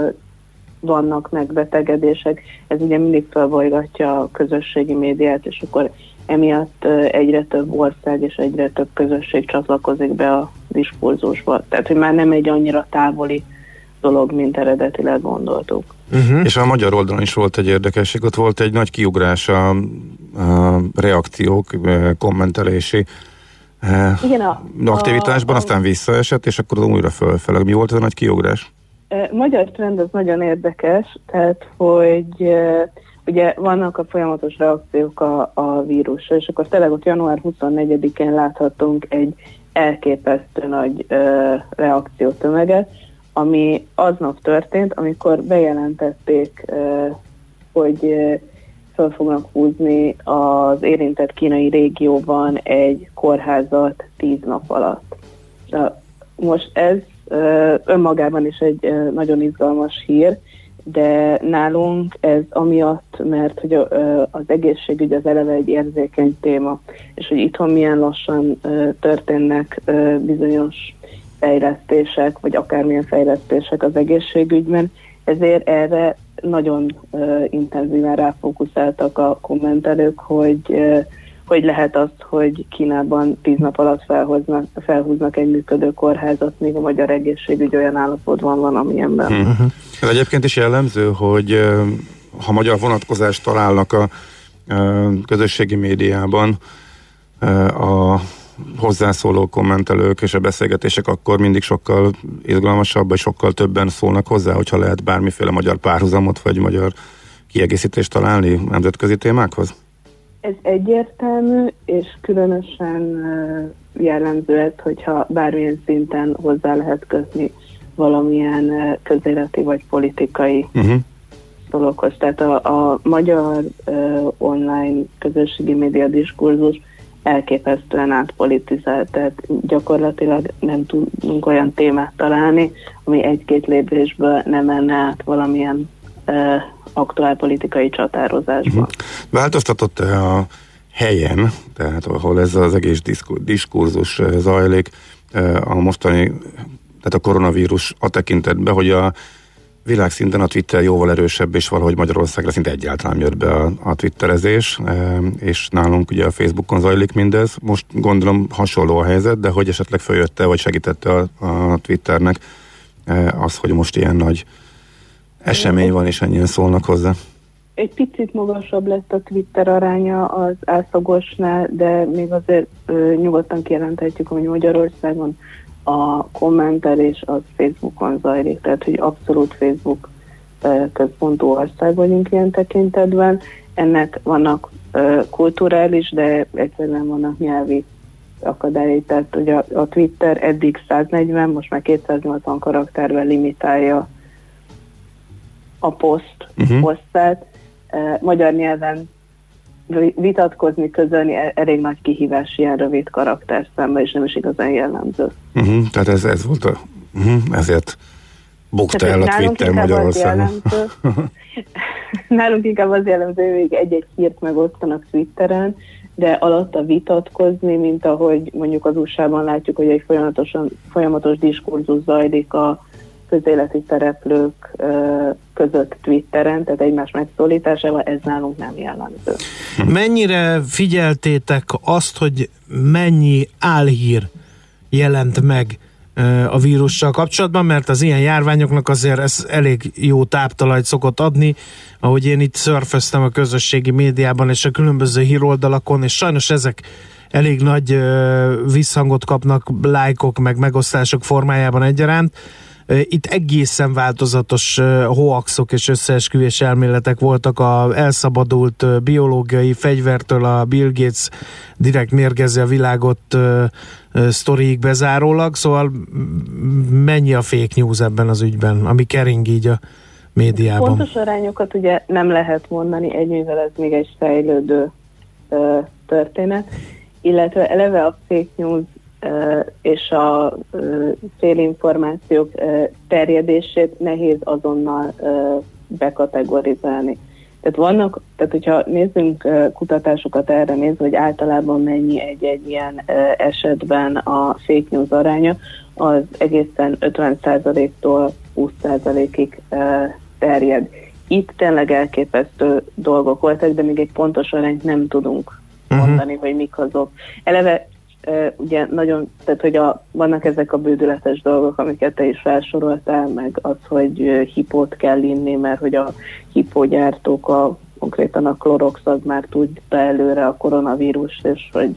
vannak megbetegedések, ez ugye mindig felbolygatja a közösségi médiát, és akkor emiatt egyre több ország és egyre több közösség csatlakozik be a diskurzusba. Tehát, hogy már nem egy annyira távoli dolog, mint eredetileg gondoltuk. És a magyar oldalon is volt egy érdekesség, ott volt egy nagy kiugrás a reakciók, kommentelési aktivitásban, aztán visszaesett, és akkor újra fölfele. Mi volt ez a nagy kiugrás? Magyar trend az nagyon érdekes, tehát, hogy ugye vannak a folyamatos reakciók a vírusra, és akkor tényleg ott január 24-én láthatunk egy elképesztő nagy reakciótömeget, ami aznap történt, amikor bejelentették, hogy fel fognak húzni az érintett kínai régióban egy kórházat 10 nap alatt. De most ez önmagában is egy nagyon izgalmas hír, de nálunk ez amiatt, mert hogy az egészségügy az eleve egy érzékeny téma, és hogy itthon milyen lassan történnek bizonyos fejlesztések, vagy akármilyen fejlesztések az egészségügyben, ezért erre nagyon intenzíven ráfókuszáltak a kommentelők, hogy lehet az, hogy Kínában 10 nap alatt felhúznak egy működő kórházat, míg a magyar egészségügy olyan állapotban van, amilyenben. Ez egyébként is jellemző, hogy ha magyar vonatkozást találnak a közösségi médiában a hozzászóló kommentelők és a beszélgetések, akkor mindig sokkal izgalmasabb, vagy sokkal többen szólnak hozzá, hogyha lehet bármiféle magyar párhuzamot, vagy magyar kiegészítést találni nemzetközi témákhoz? Ez egyértelmű, és különösen jellemző ez, hogyha bármilyen szinten hozzá lehet kötni valamilyen közéleti vagy politikai dologhoz. Tehát a magyar online közösségi média diskurzus elképesztően átpolitizált, tehát gyakorlatilag nem tudunk olyan témát találni, ami egy-két lépésből nem menne át valamilyen aktuál politikai csatározásba. Változtatott a helyen, tehát ahol ez az egész diskurzus zajlik, a mostani, tehát a koronavírus a tekintetben, hogy a világszinten a Twitter jóval erősebb, és valahogy Magyarországra szinte egyáltalán jött be a twitterezés, és nálunk ugye a Facebookon zajlik mindez. Most gondolom hasonló a helyzet, de hogy esetleg följött-e, vagy segítette a Twitternek az, hogy most ilyen nagy esemény van, és ennyien szólnak hozzá? Egy picit magasabb lett a Twitter aránya az átlagosnál, de még azért nyugodtan kijelenthetjük, hogy Magyarországon a kommentelés az Facebookon zajlik, tehát hogy abszolút Facebook központú ország vagyunk ilyen tekintetben. Ennek vannak kulturális, de egyszerűen vannak nyelvi akadályai, tehát ugye a Twitter eddig 140, most már 280 karakterben limitálja a posztát. Magyar nyelven vitatkozni, közölni elég nagy kihívás ilyen rövid karakterszámba, és nem is igazán jellemző. Tehát ez volt ezért bukta el a Twitter Magyarországon. Nálunk inkább az jellemző, hogy még egy-egy hírt megosztanak Twitteren, de alatta vitatkozni, mint ahogy mondjuk az USA-ban látjuk, hogy egy folyamatos diskurzus zajlik a közéleti szereplők között Twitteren, tehát egymás megszólításával, ez nálunk nem jellemző. Mennyire figyeltétek azt, hogy mennyi álhír jelent meg a vírussal kapcsolatban, mert az ilyen járványoknak azért ez elég jó táptalajt szokott adni, ahogy én itt szörföztem a közösségi médiában és a különböző híroldalakon, és sajnos ezek elég nagy visszhangot kapnak, lájkok meg megosztások formájában egyaránt. Itt egészen változatos hoaxok és összeesküvés elméletek voltak, a elszabadult biológiai fegyvertől a Bill Gates direkt mérgezi a világot sztoriig bezárólag, szóval mennyi a fake news ebben az ügyben, ami kering így a médiában? Pontos arányokat ugye nem lehet mondani, mivel ez még egy fejlődő történet, illetve eleve a fake news és a félinformációk terjedését nehéz azonnal bekategorizálni. Tehát hogyha nézzünk kutatásokat erre nézve, hogy általában mennyi egy ilyen esetben a fake news aránya, az egészen 50%-tól 20%-ig terjed. Itt tényleg elképesztő dolgok voltak, de még egy pontos arányt nem tudunk mondani, hogy mik azok. Eleve ugye nagyon, tehát hogy vannak ezek a bődületes dolgok, amiket te is felsoroltál, meg az, hogy hipót kell inni, mert hogy a hipógyártók konkrétan a Clorox az már tudta előre a koronavírust, és hogy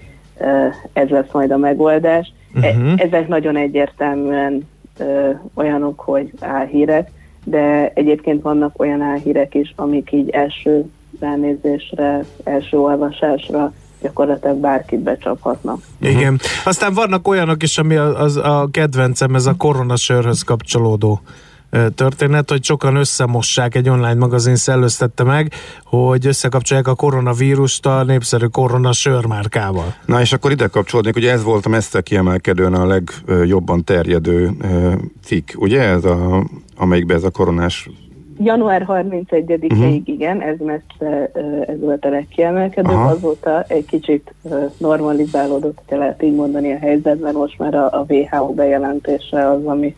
ez lesz majd a megoldás. Ezek nagyon egyértelműen olyanok, hogy álhírek, de egyébként vannak olyan álhírek is, amik így első ránézésre, első olvasásra gyakorlatilag bárkit becsaphatnak. Igen. Aztán vannak olyanok is, ami a kedvencem, ez a koronasörhöz kapcsolódó történet, hogy sokan összemossák, egy online magazin szellőztette meg, hogy összekapcsolják a koronavírust a népszerű koronasör márkával. Na és akkor ide kapcsolódnék, ugye ez volt a messze kiemelkedően a legjobban terjedő cikk, ugye ez amelyikben ez a koronás január 31-ig, igen, ez messze, ez volt a legkiemelkedőbb, azóta egy kicsit normalizálódott, ha lehet így mondani a helyzet, mert most már a WHO bejelentése az, ami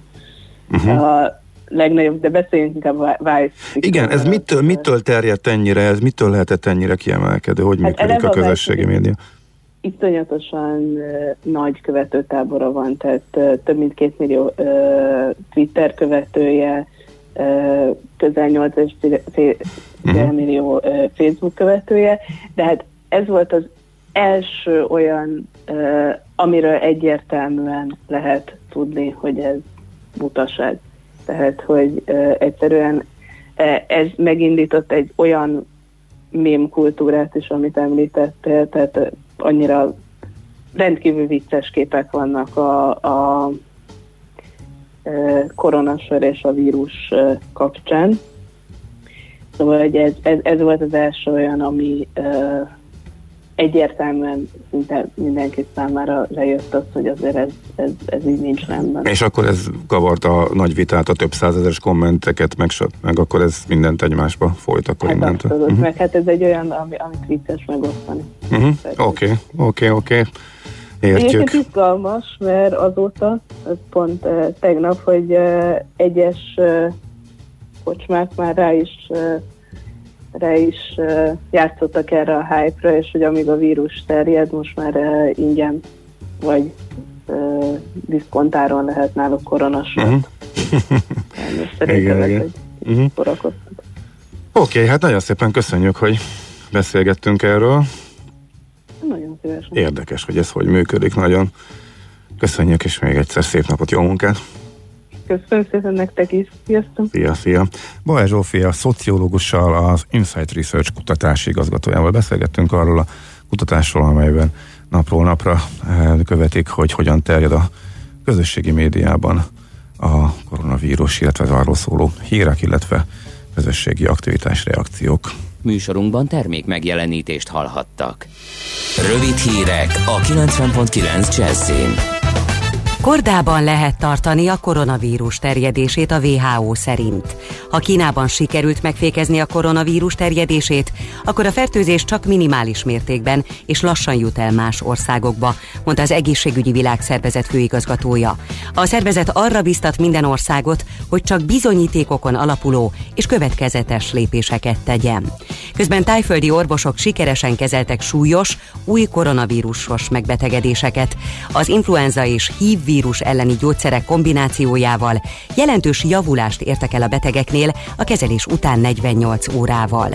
a legnagyobb, de beszéljünk inkább Vice. Igen, ez mitől terjedt ennyire, ez mitől lehetett ennyire kiemelkedő, hogy működik a közösségi média? Iszonyatosan nagy követőtábora van, tehát több mint 2 millió Twitter követője, közel 8,5 millió Facebook követője, de hát ez volt az első olyan, amiről egyértelműen lehet tudni, hogy ez butaság. Tehát, hogy egyszerűen ez megindított egy olyan mém kultúrát is, amit említettél, tehát annyira rendkívül vicces képek vannak koronasor és a vírus kapcsán. Szóval ez volt az első olyan, ami egyértelműen szinte mindenki számára lejött az, hogy azért ez így nincs rendben. És akkor ez kavarta a nagy vitát, a több százezeres kommenteket, meg akkor ez mindent egymásba folyt akkor hát innentől. Abszolút, meg hát ez egy olyan, amit vicces megosztani. Oké. Értjük. Egyébként izgalmas, mert azóta, ez pont tegnap, hogy egyes kocsmák már rá is játszottak erre a hype-ra, és hogy amíg a vírus terjed, most már ingyen vagy diszkontáron lehet náluk koronasort. Igen. Oké, hát nagyon szépen köszönjük, hogy beszélgettünk erről. Nagyon szívesen. Érdekes, hogy ez hogy működik, nagyon. Köszönjük, és még egyszer szép napot, jó munkát! Köszönöm szépen nektek is. Sziasztok! Szia! Balázs Zsófia szociológussal, az Insight Research kutatási igazgatójával beszélgettünk arról a kutatásról, amelyben napról napra követik, hogy hogyan terjed a közösségi médiában a koronavírus, illetve arról szóló hírek, illetve közösségi aktivitás reakciók. Műsorunkban termék megjelenítést hallhattak. Rövid hírek a 90.9 Jazzin. Kordában lehet tartani a koronavírus terjedését a WHO szerint. Ha Kínában sikerült megfékezni a koronavírus terjedését, akkor a fertőzés csak minimális mértékben és lassan jut el más országokba, mondta az Egészségügyi Világszervezet főigazgatója. A szervezet arra biztat minden országot, hogy csak bizonyítékokon alapuló és következetes lépéseket tegyen. Közben tájföldi orvosok sikeresen kezeltek súlyos, új koronavírusos megbetegedéseket. Az influenza és HIV vírus elleni gyógyszerek kombinációjával jelentős javulást értek el a betegeknél a kezelés után 48 órával.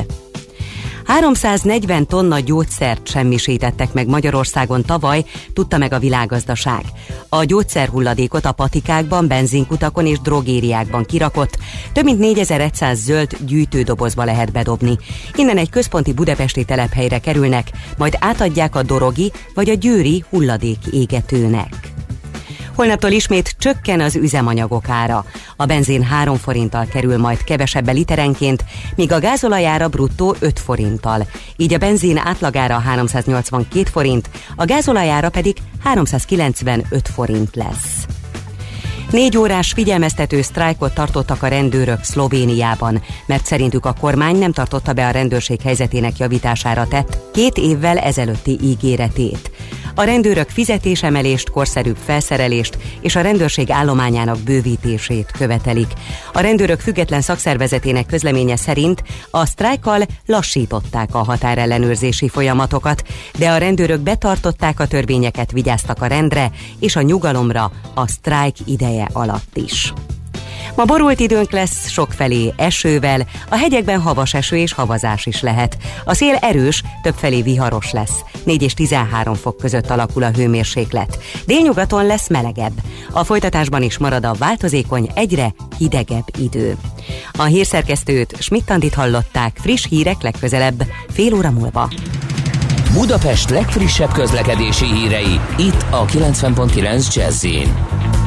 340 tonna gyógyszert semmisítettek meg Magyarországon tavaly, tudta meg a Világgazdaság. A gyógyszerhulladékot a patikákban, benzinkutakon és drogériákban kirakott, több mint 4100 zöld gyűjtődobozba lehet bedobni. Innen egy központi budapesti telephelyre kerülnek, majd átadják a dorogi vagy a győri hulladék égetőnek. Holnaptól ismét csökken az üzemanyagok ára. A benzin 3 forinttal kerül majd kevesebbe literenként, míg a gázolajára bruttó 5 forinttal. Így a benzin átlagára 382 forint, a gázolajára pedig 395 forint lesz. 4 órás figyelmeztető sztrájkot tartottak a rendőrök Szlovéniában, mert szerintük a kormány nem tartotta be a rendőrség helyzetének javítására tett 2 évvel ezelőtti ígéretét. A rendőrök fizetésemelést, korszerűbb felszerelést és a rendőrség állományának bővítését követelik. A rendőrök független szakszervezetének közleménye szerint a sztrájkkal lassították a határellenőrzési folyamatokat, de a rendőrök betartották a törvényeket, vigyáztak a rendre és a nyugalomra a sztrájk ideje alatt is. Ma borult időnk lesz, sokfelé esővel, a hegyekben havas eső és havazás is lehet. A szél erős, többfelé viharos lesz. 4 és 13 fok között alakul a hőmérséklet. Délnyugaton lesz melegebb. A folytatásban is marad a változékony, egyre hidegebb idő. A hírszerkesztőt, Schmidt-Andit hallották, friss hírek legközelebb, fél óra múlva. Budapest legfrissebb közlekedési hírei, itt a 90.9 Jazzin.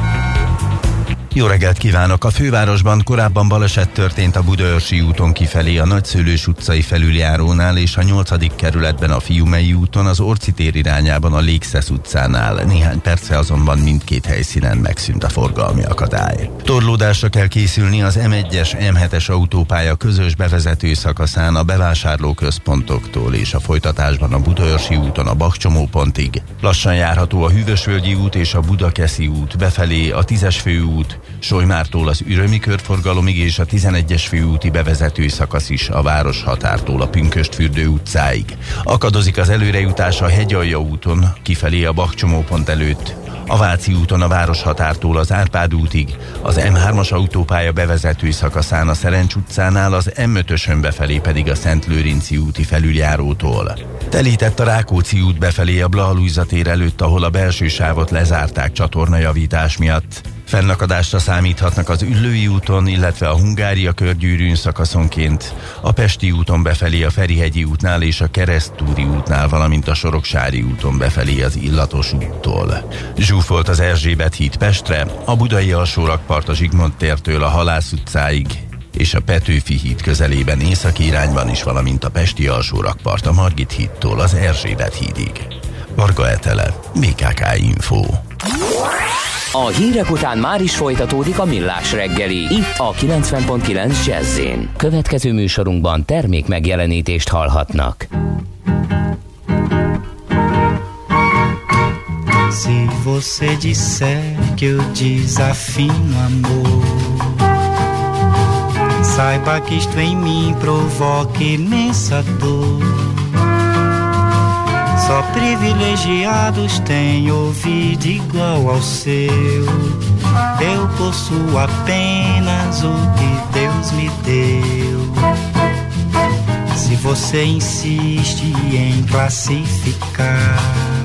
Jó reggelt kívánok! A fővárosban korábban baleset történt a Budaörsi úton kifelé a Nagyszőlős utcai felüljárónál és a 8. kerületben a Fiumei úton, az Orci tér irányában a Lékszesz utcánál. Néhány perce azonban mindkét helyszínen megszűnt a forgalmi akadály. Torlódásra kell készülni az M1-es, M7-es autópálya közös bevezető szakaszán a bevásárlóközpontoktól és a folytatásban a Budaörsi úton a Bakcsomópontig. Lassan járható a Hűvösvölgyi út és a Budakeszi út, befelé a 10-es főút, Solymártól az Ürömi körforgalomig és a 11-es főúti bevezető szakasz is a városhatártól a Pünkösdfürdő utcáig. Akadozik az előrejutás a Hegyalja úton, kifelé a Bakcsomópont előtt, a Váci úton a városhatártól az Árpád útig, az M3-as autópálya bevezető szakaszán a Szerencs utcánál, az M5-ösön befelé pedig a Szentlőrinci úti felüljárótól. Telített a Rákóczi út befelé a Blaha Lujza tér előtt, ahol a belső sávot lezárták csatornajavítás miatt. Fennakadásra számíthatnak az Üllői úton, illetve a Hungária körgyűrűn szakaszonként, a Pesti úton befelé a Ferihegyi útnál és a Keresztúri útnál, valamint a Soroksári úton befelé az Illatos úttól. Zsúfolt az Erzsébet híd Pestre, a Budai alsórakpart a Zsigmond tértől a Halász utcáig, és a Petőfi híd közelében északi irányban is, valamint a Pesti alsórakpart a Margit hídtól az Erzsébet hídig. Varga Etele, BKK Info. A hírek után már is folytatódik a Millás reggeli, itt a 90.9 Jazz-in. Következő műsorunkban termék megjelenítést hallhatnak. Se você disser que eu desafino amor, saiba que isto em mim provoca imensa dor. Só privilegiados têm ouvido igual ao seu. Eu possuo apenas o que Deus me deu. Se você insiste em classificar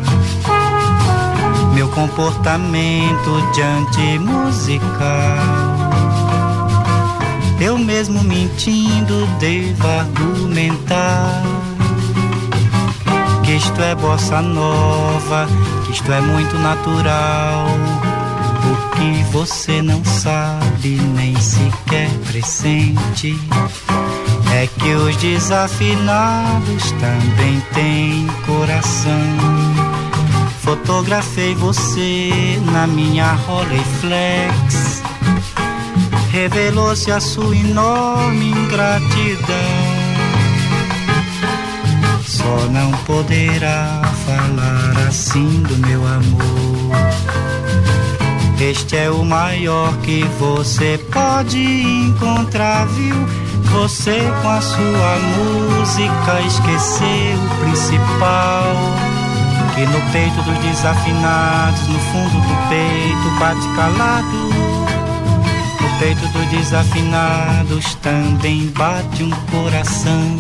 meu comportamento diante musical, eu mesmo mentindo devo argumentar que isto é bossa nova, que isto é muito natural. O que você não sabe nem sequer pressente é que os desafinados também têm coração. Fotografei você na minha Rolleiflex, revelou-se a sua enorme ingratidão. Só não poderá falar assim do meu amor. Este é o maior que você pode encontrar, viu? Você com a sua música esqueceu o principal, que no peito dos desafinados, no fundo do peito bate calado. No peito dos desafinados também bate um coração.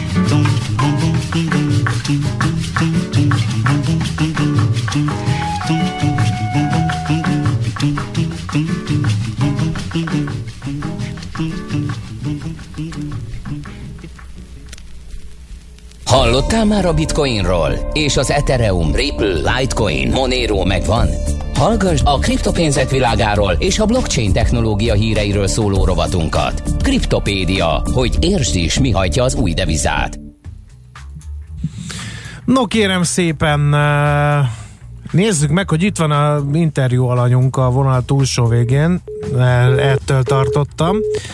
Hallottál már a Bitcoinról? És az Ethereum, Ripple, Litecoin, Monero megvan? Hallgass a kriptopénzek világáról és a blockchain technológia híreiről szóló rovatunkat. Kriptopédia, hogy értsd is, mi hajtja az új devizát. No kérem szépen, nézzük meg, hogy itt van az interjú alanyunk a vonal túlsó végén. Ettől tartottam.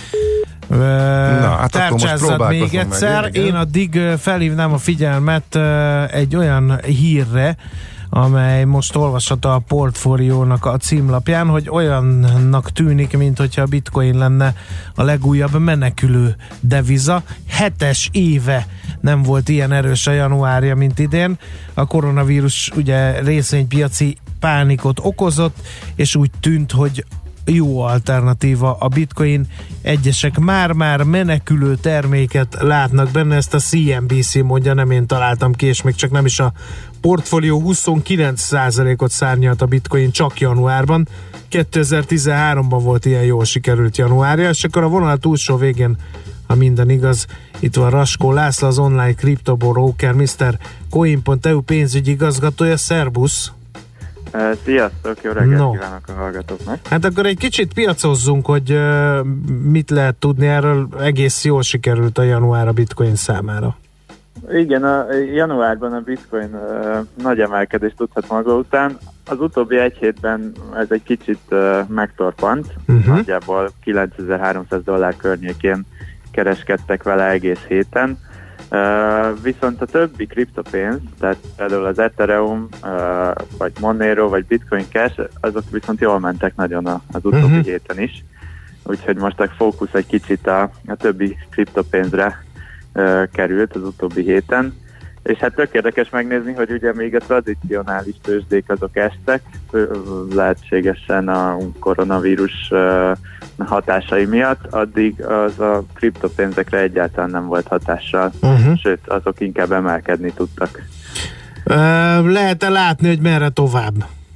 Na, Tárcsázzad még egyszer. Én addig felhívnám a figyelmet egy olyan hírre, amely most olvasható a Portfóliónak a címlapján, hogy olyannak tűnik, mint hogyha a bitcoin lenne a legújabb menekülő deviza. 7 éve nem volt ilyen erős a januárja, mint idén. A koronavírus ugye részvénypiaci pánikot okozott, és úgy tűnt, hogy jó alternatíva a bitcoin. Egyesek már menekülő terméket látnak benne, ezt a CNBC mondja, nem én találtam ki, és még csak nem is a Portfólió. 29%-ot szárnyalt a bitcoin csak januárban. 2013-ban volt ilyen jól sikerült januárja, és akkor a vonal túlsó végén, ha minden igaz, itt van Raskó László, az online kriptobroker, Mr. Coin.eu pénzügyi igazgatója. Szerbusz! Sziasztok, jó reggelt kívánok a hallgatóknak! Hát akkor egy kicsit piacozzunk, hogy mit lehet tudni erről. Egész jól sikerült a január a bitcoin számára. Igen, a januárban a bitcoin nagy emelkedést tudhat maga után. Az utóbbi egy hétben ez egy kicsit megtorpant. Nagyjából $9,300 környékén kereskedtek vele egész héten. Viszont a többi kriptopénz, tehát például az Ethereum, vagy Monero, vagy Bitcoin Cash, azok viszont jól mentek nagyon az utóbbi héten is. Úgyhogy most a fókusz egy kicsit a többi kriptopénzre került az utóbbi héten. És hát tök érdekes megnézni, hogy ugye még a tradicionális tőzsdék azok estek, lehetségesen a koronavírus hatásai miatt, addig az a kriptopénzekre egyáltalán nem volt hatással, sőt, azok inkább emelkedni tudtak. Lehet-e látni, hogy merre tovább?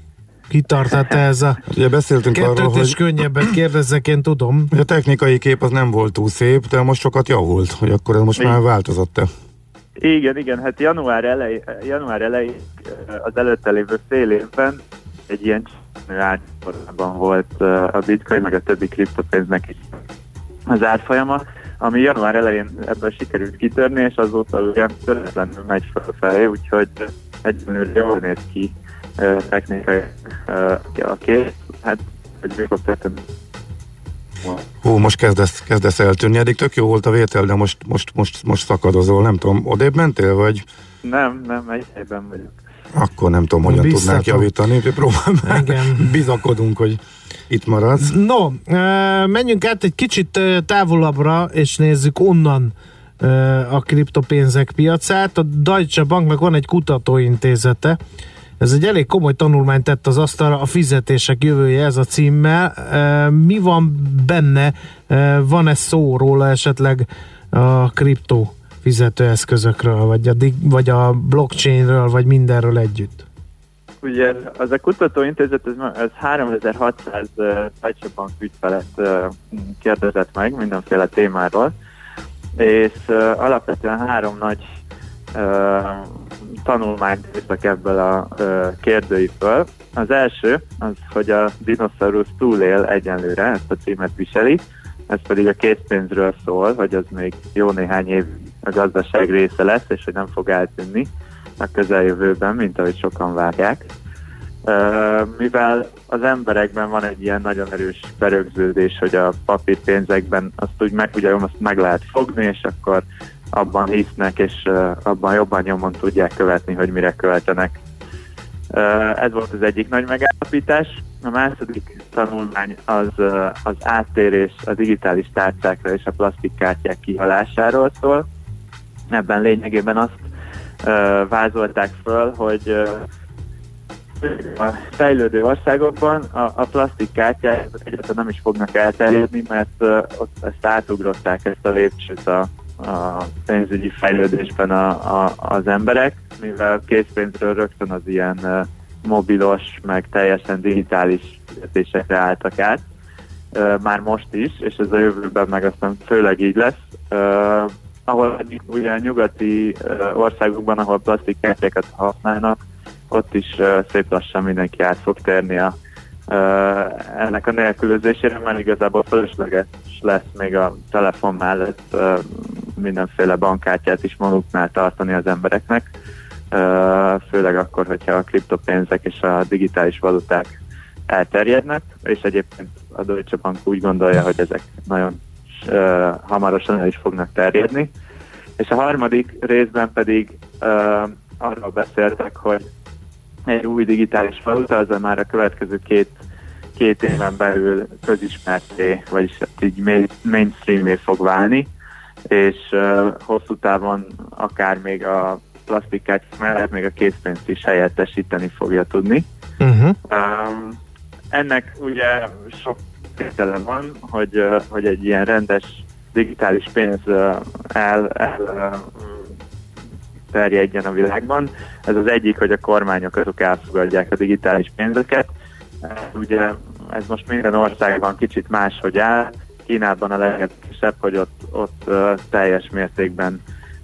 kitartott ez a ugye beszéltünk arról, hogy könnyebbet kérdezzek, én tudom. A technikai kép az nem volt túl szép, de most sokat javult, hogy akkor ez most már változott-e? Igen, hát január elején az előtte lévő fél évben egy ilyen árfolyamban volt a bitcoin, meg a többi kriptopénznek is az árfolyama, ami január elején ebből sikerült kitörni, és azóta ugye töretlenül megy felfelé, úgyhogy egyébként jól néz ki technikai a kép. Hát, hogy mikor tettem. Most kezdesz eltűnni, eddig tök jó volt a vétel, de most szakadozol, nem tudom, odébb mentél, vagy? Nem, egy helyben vagyok. Akkor nem tudom, hogyan tudnánk javítani, bizakodunk, hogy itt maradsz. No, menjünk át egy kicsit távolabbra, és nézzük onnan a kriptopénzek piacát. A Deutsche Banknak van egy kutatóintézete, ez egy elég komoly tanulmányt tett az asztalra, a fizetések jövője, ez a címmel. Mi van benne? Van-e szó róla esetleg a kriptó fizetőeszközökről, vagy a blockchainről, vagy mindenről együtt? Ugye az a kutatóintézet, ez 3600 Deutsche Bank ügyfelet kérdezett meg mindenféle témáról, és alapvetően 3 nagy tanulmányt írtak ebből a kérdőiből. Az első, az, hogy a dinoszaurusz túlél egyenlőre, ezt a címet viseli, ez pedig a készpénzről szól, hogy az még jó néhány év a gazdaság része lesz, és hogy nem fog eltűnni a közeljövőben, mint ahogy sokan várják. Mivel az emberekben van egy ilyen nagyon erős berögződés, hogy a papírpénzekben azt meg lehet fogni, és akkor abban hisznek, és abban jobban nyomon tudják követni, hogy mire költenek. Ez volt az egyik nagy megállapítás. A második tanulmány az áttérés a digitális tárcákra és a plastikkártyák kihalásáról szól. Ebben lényegében azt vázolták föl, hogy a fejlődő országokban a plastikkártyák egyáltalán nem is fognak elterjedni, mert ott ezt átugrották, ezt a lépcsőt a pénzügyi fejlődésben az emberek, mivel készpénzről rögtön az ilyen mobilos, meg teljesen digitális fizetésekre álltak át, már most is, és ez a jövőben meg aztán főleg így lesz. Ahol ugye a nyugati országokban, ahol plastikkártyákat használnak, ott is szép lassan mindenki át fog térni ennek a nélkülözésére, mert igazából fölösleges lesz még a telefon mellett mindenféle bankkártyát is maguknál tartani az embereknek, főleg akkor, hogyha a kriptopénzek és a digitális valuták elterjednek, és egyébként a Deutsche Bank úgy gondolja, hogy ezek nagyon hamarosan el is fognak terjedni. És a harmadik részben pedig arról beszéltek, hogy egy új digitális valuta, az már a következő két éven belül közismerté, vagyis így mainstreamé fog válni, és hosszú távon akár még a plastikkártyák mellett még a készpénzt is helyettesíteni fogja tudni. Ennek ugye sok tétele van, hogy egy ilyen rendes digitális pénz terjedjen a világban. Ez az egyik, hogy a kormányok azok elfogadják a digitális pénzeket. Ugye ez most minden országban kicsit máshogy áll. Kínában a legkisebb, hogy ott teljes mértékben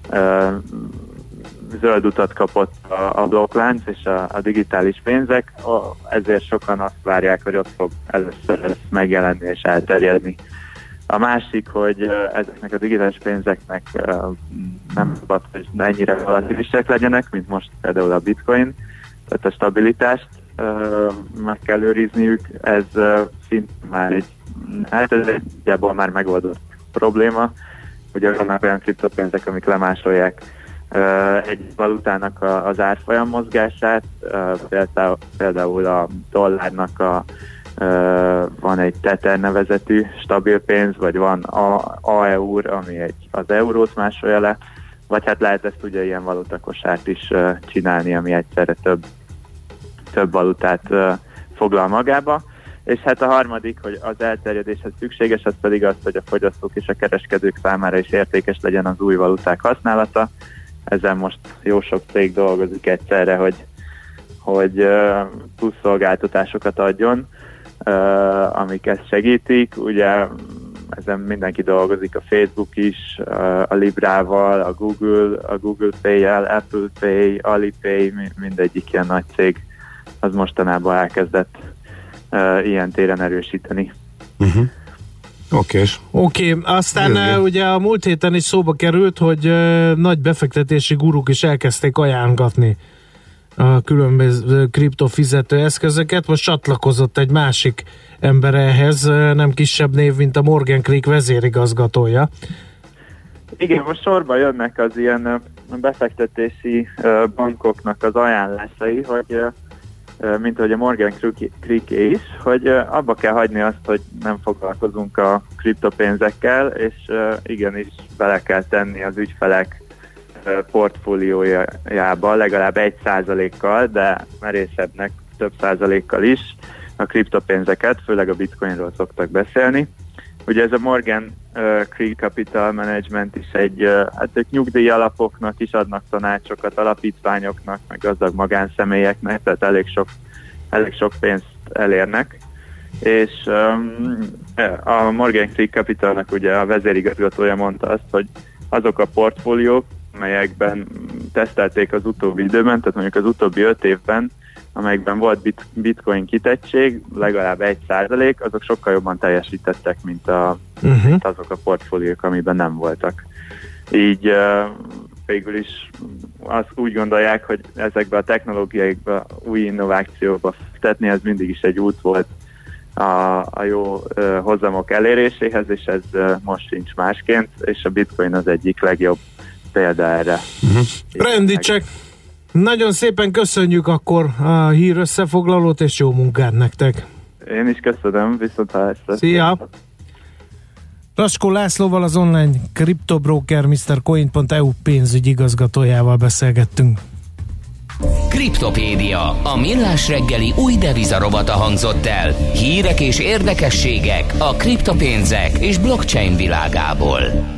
zöld utat kapott a blokklánc és a digitális pénzek, ezért sokan azt várják, hogy ott fog először ez megjelenni és elterjedni. A másik, hogy ezeknek a digitális pénzeknek nem szabad, hogy ennyire volatilisek legyenek, mint most például a bitcoin, tehát a stabilitást meg kell őrizniük, ez szintén már ez egyébként már megoldott probléma. Ugye vannak olyan kriptopénzek, amik lemásolják egy valutának az árfolyam mozgását, például a dollárnak van egy Tether nevezetű stabil pénz, vagy van AEUR, ami az eurót másolja le, vagy hát lehet ezt ugye ilyen valutakosárt is csinálni, ami egyszerre több valutát foglal magába. És hát a harmadik, hogy az elterjedéshez szükséges, az pedig az, hogy a fogyasztók és a kereskedők számára is értékes legyen az új valuták használata. Ezen most jó sok cég dolgozik egyszerre, hogy plusz szolgáltatásokat adjon, amik ezt segítik. Ugye ezen mindenki dolgozik, a Facebook is, a Librával, a Google Pay-jel, Apple Pay, Alipay, mindegyik ilyen nagy cég az mostanában elkezdett ilyen téren erősíteni. Oké, aztán ugye a múlt héten is szóba került, hogy nagy befektetési guruk is elkezdték ajánlatni a különböző kriptofizető eszközöket. Most csatlakozott egy másik ember ehhez, nem kisebb név, mint a Morgan Creek vezérigazgatója. Igen, most sorba jönnek az ilyen befektetési bankoknak az ajánlásai, hogy mint ahogy a Morgan Creek is, hogy abba kell hagyni azt, hogy nem foglalkozunk a kriptopénzekkel, és igenis bele kell tenni az ügyfelek portfóliójába legalább 1%-kal, de merészebbnek több százalékkal is a kriptopénzeket, főleg a bitcoinról szoktak beszélni. Ugye ez a Morgan Creek Capital Management is hát ők nyugdíj alapoknak is adnak tanácsokat, alapítványoknak, meg gazdag magánszemélyeknek, tehát elég sok pénzt elérnek. És a Morgan Creek Capitalnak ugye a vezérigazgatója mondta azt, hogy azok a portfóliók, amelyekben tesztelték az utóbbi időben, tehát mondjuk az utóbbi 5 évben, amelyekben volt bitcoin kitettség, legalább 1%, azok sokkal jobban teljesítettek, mint azok a portfóliók, amiben nem voltak. Így végül is azt úgy gondolják, hogy ezekbe a technológiákba, új innovációba fektetni, ez mindig is egy út volt a jó hozamok eléréséhez, és ez most sincs másként, és a bitcoin az egyik legjobb példa erre. Rendítsek! Nagyon szépen köszönjük akkor a hír összefoglalót, és jó munkát nektek! Én is köszönöm, viszontlátásra! Szia! Raskó Lászlóval, az online kriptobroker MrCoin.eu pénzügyi igazgatójával beszélgettünk. Kriptopédia, a millás reggeli új devizarovata hangzott el. Hírek és érdekességek a kriptopénzek és blockchain világából.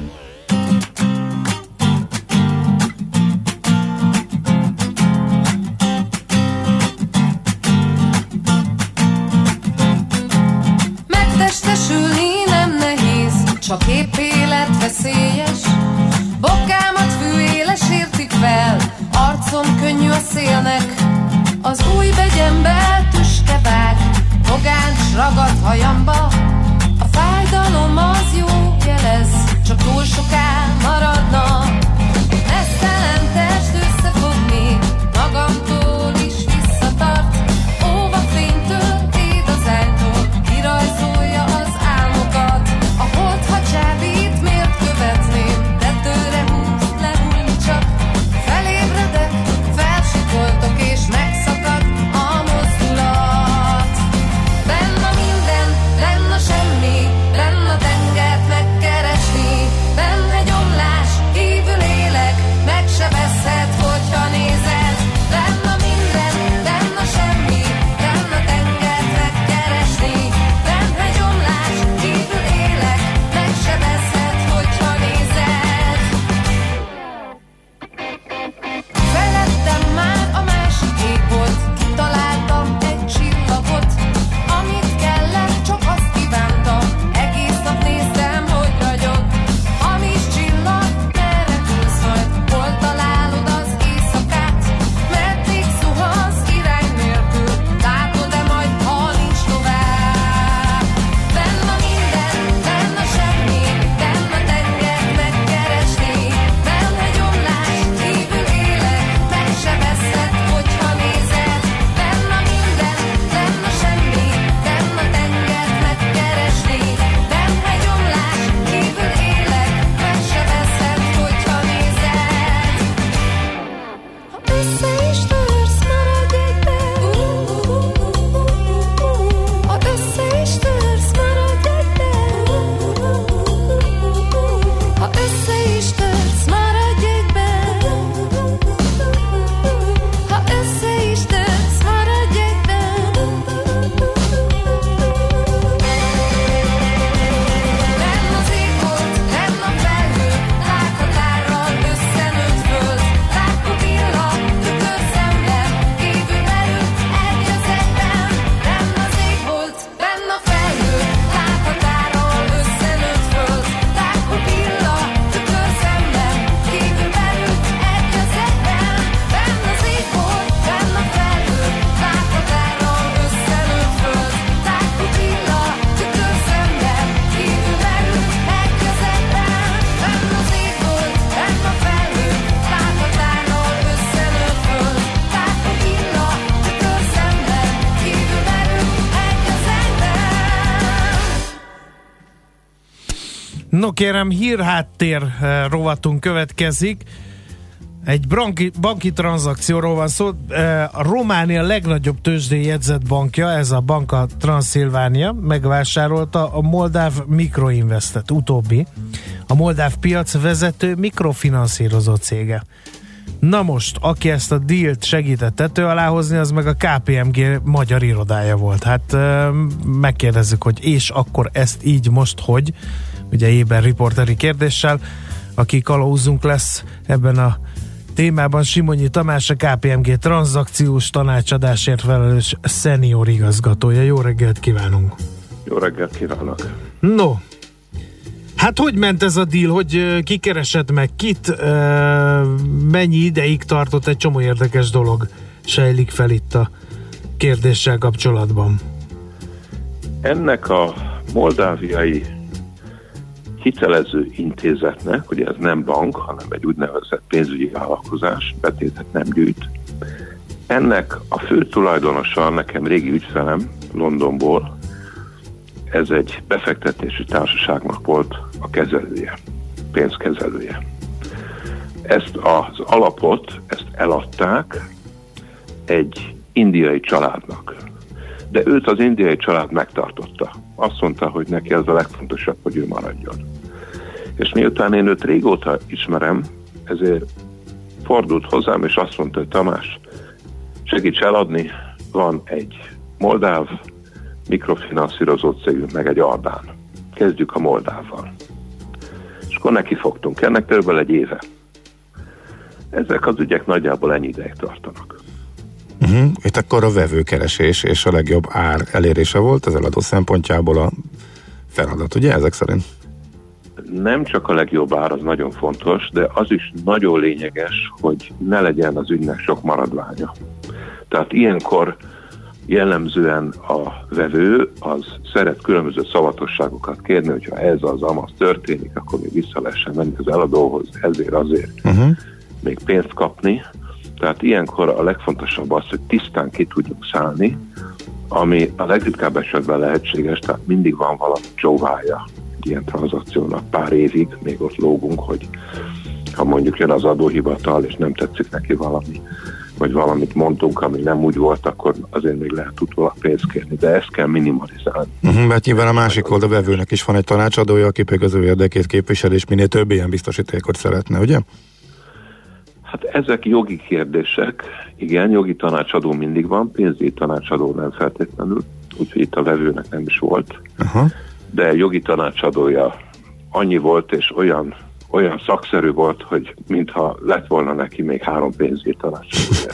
Megtestesülni nem nehéz, csak épp életveszélyes. Bokámat fűéles értik fel, arcom könnyű a szélnek. Az új begyembe tüskevág, fogáncs ragad hajamba. A fájdalom az jó jelez, csak túl soká maradna. Esztelen test összefogni, magamtól is visszatart. Óva fénytől, édazánytól, kirajzolja az álmokat. A hold, ha csábít, miért követném? Tetőre húz, lehújni csak. Felébredek, felsikoltok és megszakad a mozdulat. Benn a minden, lenn a No kérem, hírháttér rovatunk következik. Egy banki tranzakcióról van szó. A Románia legnagyobb tőzsdén jegyzett bankja, ez a Banca Transilvania, megvásárolta a moldáv Mikroinvestet, utóbbi a moldáv piac vezető mikrofinanszírozó cége. Na most, aki ezt a dílt segített tető alá hozni, az meg a KPMG magyar irodája volt. Hát megkérdezzük, hogy és akkor ezt így most hogy? Ugye éber riporteri kérdéssel, aki kalauzunk lesz ebben a témában, Simonyi Tamás, a KPMG tranzakciós tanácsadásért felelős szenior igazgatója. Jó reggelt kívánunk! Jó reggelt kívánok! No, hát hogy ment ez a deal? Hogy ki keresett meg kit? Mennyi ideig tartott? Egy csomó érdekes dolog sejlik fel itt a kérdéssel kapcsolatban. Ennek a moldáviai hitelező intézetnek, ugye ez nem bank, hanem egy úgynevezett pénzügyi vállalkozás, betétet nem gyűjt. Ennek a fő tulajdonosa, nekem régi ügyfelem Londonból, ez egy befektetési társaságnak volt a kezelője, pénzkezelője. Ezt az alapot, ezt eladták egy indiai családnak. De őt az indiai család megtartotta. Azt mondta, hogy neki ez a legfontosabb, hogy ő maradjon. És miután én őt régóta ismerem, ezért fordult hozzám, és azt mondta, hogy Tamás, segíts eladni, van egy moldáv mikrofinanszírozó cégünk, meg egy ardán. Kezdjük a moldávval. És akkor neki fogtunk. Ennek körülbelül egy éve. Ezek az ügyek nagyjából ennyi ideig tartanak. Itt akkor a vevőkeresés és a legjobb ár elérése volt az eladó szempontjából a feladat, ugye ezek szerint? Nem csak a legjobb ár, az nagyon fontos, de az is nagyon lényeges, hogy ne legyen az ügynek sok maradványa. Tehát ilyenkor jellemzően a vevő az szeret különböző szavatosságokat kérni, hogyha ez az amaz történik, akkor még vissza lehessen menni az eladóhoz, ezért azért még pénzt kapni. Tehát ilyenkor a legfontosabb az, hogy tisztán ki tudjunk szállni, ami a legritkább esetben lehetséges, tehát mindig van valami csóvája ilyen tranzakciónak, pár évig még ott lógunk, hogy ha mondjuk jön az adóhivatal, és nem tetszik neki valami, vagy valamit mondtunk, ami nem úgy volt, akkor azért még lehet utólag pénzt kérni, de ezt kell minimalizálni. Mert nyilván a másik oldal vevőnek is van egy tanácsadója, aki pedig az ő érdekét képvisel, és minél több ilyen biztosítékot szeretne, ugye? Hát ezek jogi kérdések, igen, jogi tanácsadó mindig van, pénzügyi tanácsadó nem feltétlenül, úgyhogy itt a vevőnek nem is volt, de jogi tanácsadója annyi volt, és olyan szakszerű volt, hogy mintha lett volna neki még 3 pénzügyi tanácsadója.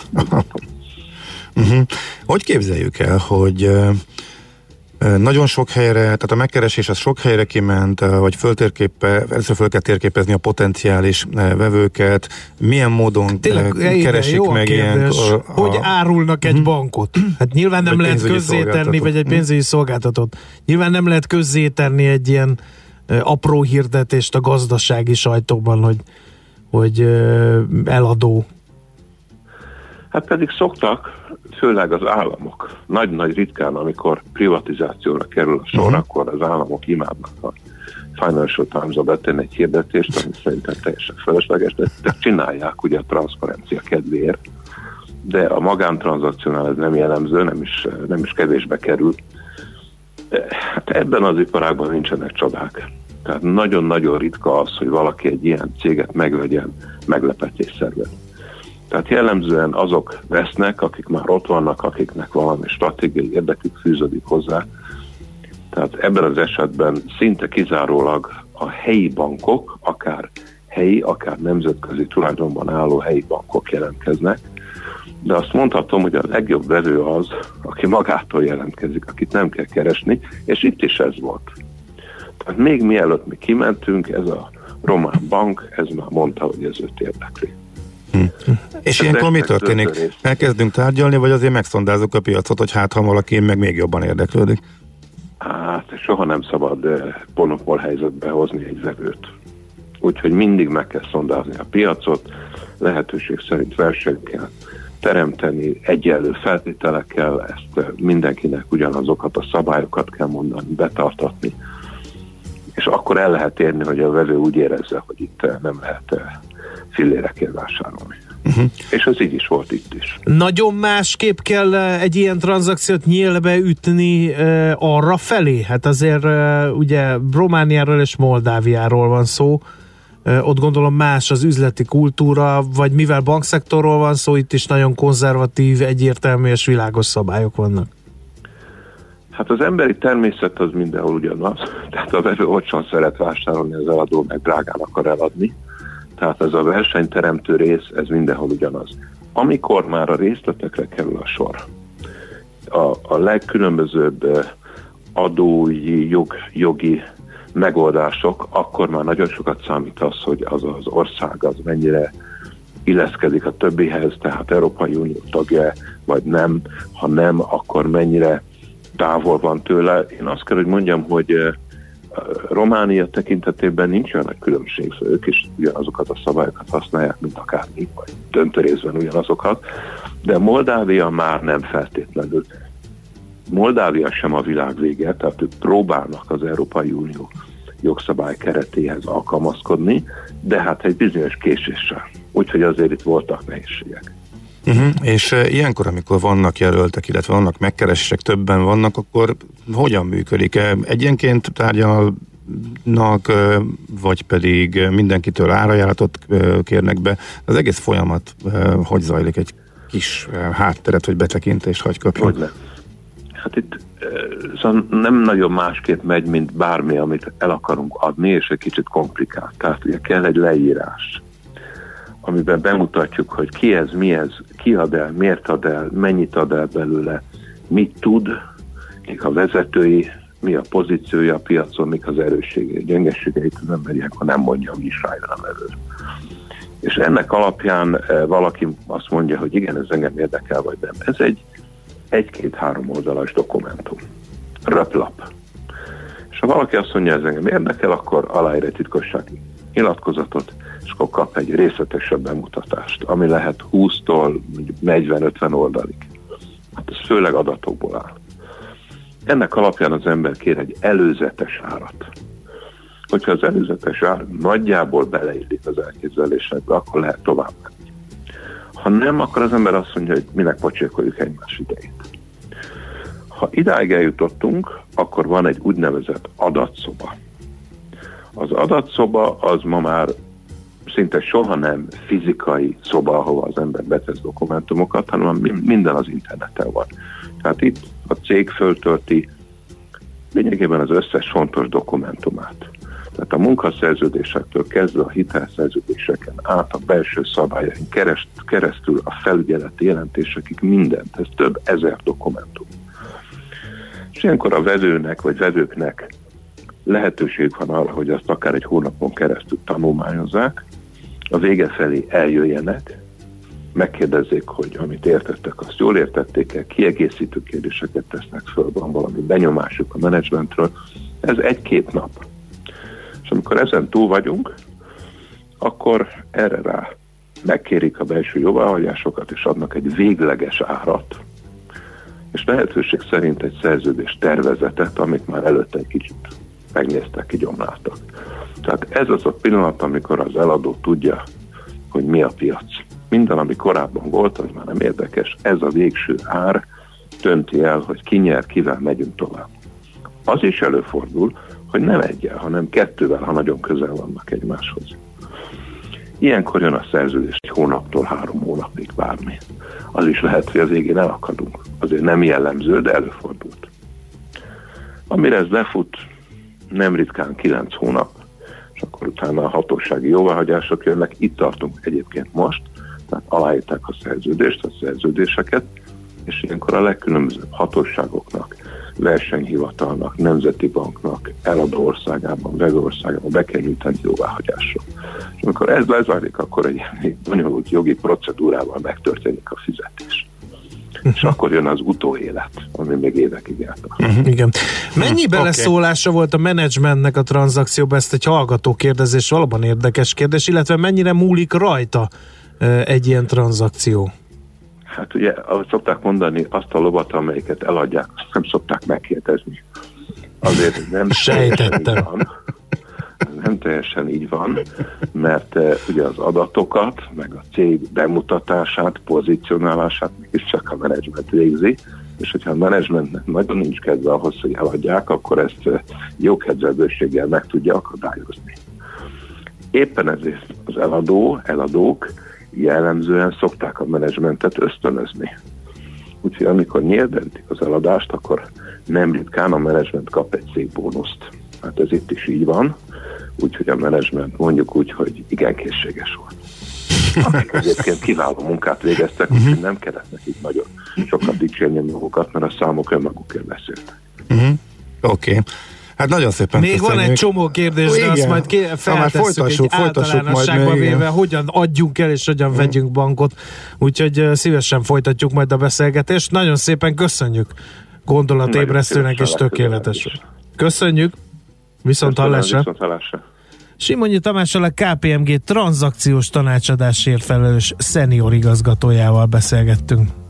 Hogy képzeljük el, hogy nagyon sok helyre, tehát a megkeresés az sok helyre kiment, vagy először föl kell térképezni a potenciális vevőket, milyen módon keresik meg ilyen... Hogy árulnak egy bankot? Hát nyilván nem lehet közzétenni, vagy egy pénzügyi szolgáltatót. Nyilván nem lehet közzétenni egy ilyen apró hirdetést a gazdasági sajtóban, hogy eladó. Hát pedig szoktak, főleg az államok. Nagy-nagy ritkán, amikor privatizációra kerül a sor, akkor az államok imádnak a Financial Times-a betenni egy hirdetést, ami szerintem teljesen fölösleges, de csinálják ugye a transzparencia kedvéért. De a magántranzakciónál ez nem jellemző, nem is kevésbe kerül. Hát ebben az iparágban nincsenek csodák. Tehát nagyon-nagyon ritka az, hogy valaki egy ilyen céget megvegyen meglepetésszerűen. Tehát jellemzően azok vesznek, akik már ott vannak, akiknek valami stratégiai érdekük fűződik hozzá. Tehát ebben az esetben szinte kizárólag a helyi bankok, akár helyi, akár nemzetközi tulajdonban álló helyi bankok jelentkeznek. De azt mondhatom, hogy a legjobb vevő az, aki magától jelentkezik, akit nem kell keresni, és itt is ez volt. Tehát még mielőtt mi kimentünk, ez a román bank, ez már mondta, hogy ez őt érdekli. És ilyenkor mi történik? Elkezdünk tárgyalni, vagy azért megszondázunk a piacot, hogy hát ha valaki meg még jobban érdeklődik? Hát soha nem szabad monopól helyzetbe hozni egy vevőt. Úgyhogy mindig meg kell szondázni a piacot, lehetőség szerint versenyt kell teremteni, egyenlő feltételekkel, ezt mindenkinek ugyanazokat a szabályokat kell mondani, betartatni. és akkor el lehet érni, hogy a vevő úgy érezze, hogy itt nem lehet fillérekért vásárolni. És ez így is volt itt is. Nagyon másképp kell egy ilyen tranzakciót nyílbe ütni arra felé? Hát azért ugye Romániáról és Moldáviáról van szó, ott gondolom más az üzleti kultúra, vagy mivel bankszektorról van szó, itt is nagyon konzervatív, egyértelmű és világos szabályok vannak. Hát az emberi természet az mindenhol ugyanaz, tehát a vevő olcsón szeret vásárolni, az eladó meg drágán akar eladni, tehát ez a versenyteremtő rész, ez mindenhol ugyanaz. Amikor már a részletekre kerül a sor, a legkülönbözőbb adói, jogi megoldások, akkor már nagyon sokat számít az, hogy az ország az mennyire illeszkedik a többihez, tehát Európai Unió tagja, vagy nem, ha nem, akkor mennyire távol van tőle. Én azt kell, hogy mondjam, hogy Románia tekintetében nincs olyan nagy különbség, szóval ők is ugyanazokat a szabályokat használják, mint akár mi, vagy döntő részben ugyanazokat, de Moldávia már nem feltétlenül. Moldávia sem a világ vége, tehát ők próbálnak az Európai Unió jogszabály keretéhez alkalmazkodni, de hát egy bizonyos késéssel. Úgyhogy azért itt voltak nehézségek. És ilyenkor, amikor vannak jelöltek, illetve vannak megkeresések, többen vannak, akkor hogyan működik? Egyenként tárgyalnak, vagy pedig mindenkitől árajánlatot kérnek be? Az egész folyamat hogy zajlik? Egy kis hátteret, vagy betekintést hagy kapjon? Hogyne. Hát itt szóval nem nagyon másképp megy, mint bármi, amit el akarunk adni, és egy kicsit komplikált. Tehát ugye kell egy leírás, amiben bemutatjuk, hogy ki ez, mi ez, ki ad el, miért ad el, mennyit ad el belőle, mit tud, mik a vezetői, mi a pozíciója a piacon, mik az erősségei, gyengeségeit az ember ilyenkor nem mondja, hogy is rájön a vevő. És ennek alapján valaki azt mondja, hogy igen, ez engem érdekel, vagy nem. Ez egy-két-három oldalas dokumentum. Röplap. És ha valaki azt mondja, ez engem érdekel, akkor aláír egy titkossági nyilatkozatot, és akkor kap egy részletesebb bemutatást, ami lehet 20-tól 40-50 oldalig. Hát ez főleg adatokból áll. Ennek alapján az ember kér egy előzetes árat. Hogyha az előzetes ár nagyjából beleillik az elképzelésekbe, akkor lehet tovább menni. Ha nem, akkor az ember azt mondja, hogy minek pocsékoljuk egymás idejét. Ha idáig eljutottunk, akkor van egy úgynevezett adatszoba. Az adatszoba az ma már szinte soha nem fizikai szoba, ahova az ember betesz dokumentumokat, hanem minden az interneten van. Tehát itt a cég föltölti lényegében az összes fontos dokumentumát. Tehát a munkaszerződésektől kezdve a hitelszerződéseken át a belső szabályain keresztül a felügyeleti jelentésekig mindent. Ez több ezer dokumentum. És ilyenkor a vevőnek vagy vevőknek lehetőség van arra, hogy azt akár egy hónapon keresztül tanulmányozzák, a vége felé eljöjjenek, megkérdezzék, hogy amit értettek, azt jól értették-e, kiegészítő kérdéseket tesznek föl, van valami benyomásuk a menedzsmentről. Ez 1-2 nap. És amikor ezen túl vagyunk, akkor erre rá megkérik a belső jóváhagyásokat, és adnak egy végleges árat, és lehetőség szerint egy szerződés tervezetet, amit már előtte egy kicsit megnéztek, kigyomláltak. Tehát ez az a pillanat, amikor az eladó tudja, hogy mi a piac. Minden, ami korábban volt, az már nem érdekes. Ez a végső ár dönti el, hogy ki nyer, kivel megyünk tovább. Az is előfordul, hogy nem egyel, hanem 2-vel, ha nagyon közel vannak egymáshoz. Ilyenkor jön a szerződés 1 hónaptól 3 hónapig bármi. Az is lehet, hogy az végén elakadunk. Azért nem jellemző, de előfordult. Amire ez befut, nem ritkán 9 hónap, és akkor utána a hatósági jóváhagyások jönnek. Itt tartunk egyébként most, tehát aláírták a szerződést, a szerződéseket, és ilyenkor a legkülönbözőbb hatóságoknak, versenyhivatalnak, nemzeti banknak, eladó országában, vevő országában be kell nyújtani jóváhagyásra. És amikor ez lezajlik, akkor egy bonyolult jogi procedúrával megtörténik a fizetés. És akkor jön az utóélet, ami még évekig eltart. Igen. Mennyi beleszólása volt a menedzsmentnek a tranzakcióban? Ezt egy hallgató kérdezés, valóban érdekes kérdés, illetve mennyire múlik rajta egy ilyen tranzakció? Hát ugye, ahogy szokták mondani, azt a lovat, amelyiket eladják, azt nem szokták megkérdezni. azért nem sejtettem. Nem teljesen így van, mert ugye az adatokat, meg a cég bemutatását, pozícionálását mégiscsak a menedzsment végzi, és hogyha a menedzsmentnek nagyon nincs kedve ahhoz, hogy eladják, akkor ezt jó kedvelőséggel meg tudja akadályozni. Éppen ezért az eladók jellemzően szokták a menedzsmentet ösztönözni. Úgyhogy amikor nyilventik az eladást, akkor nem ritkán a menedzsment kap egy szép bónuszt. Hát ez itt is így van, úgyhogy a menedzsment mondjuk úgy, hogy igen készséges volt. Akik egyébként kiváló munkát végeztek, úgyhogy nem kellett nekik nagyon sokat dicsérni magukat, mert a számok önmagukért beszéltek. Oké. Hát nagyon szépen még köszönjük. Van egy csomó kérdés, de azt majd feltesszük egy általánosságba véve, hogyan adjunk el és hogyan vegyünk bankot. Úgyhogy szívesen folytatjuk majd a beszélgetést. Nagyon szépen köszönjük. Gondolatébresztőnek és tökéletes. Köszönjük. Viszont hallásra. Simonyi Tamással, a KPMG tranzakciós tanácsadásért felelős szenior igazgatójával beszélgettünk.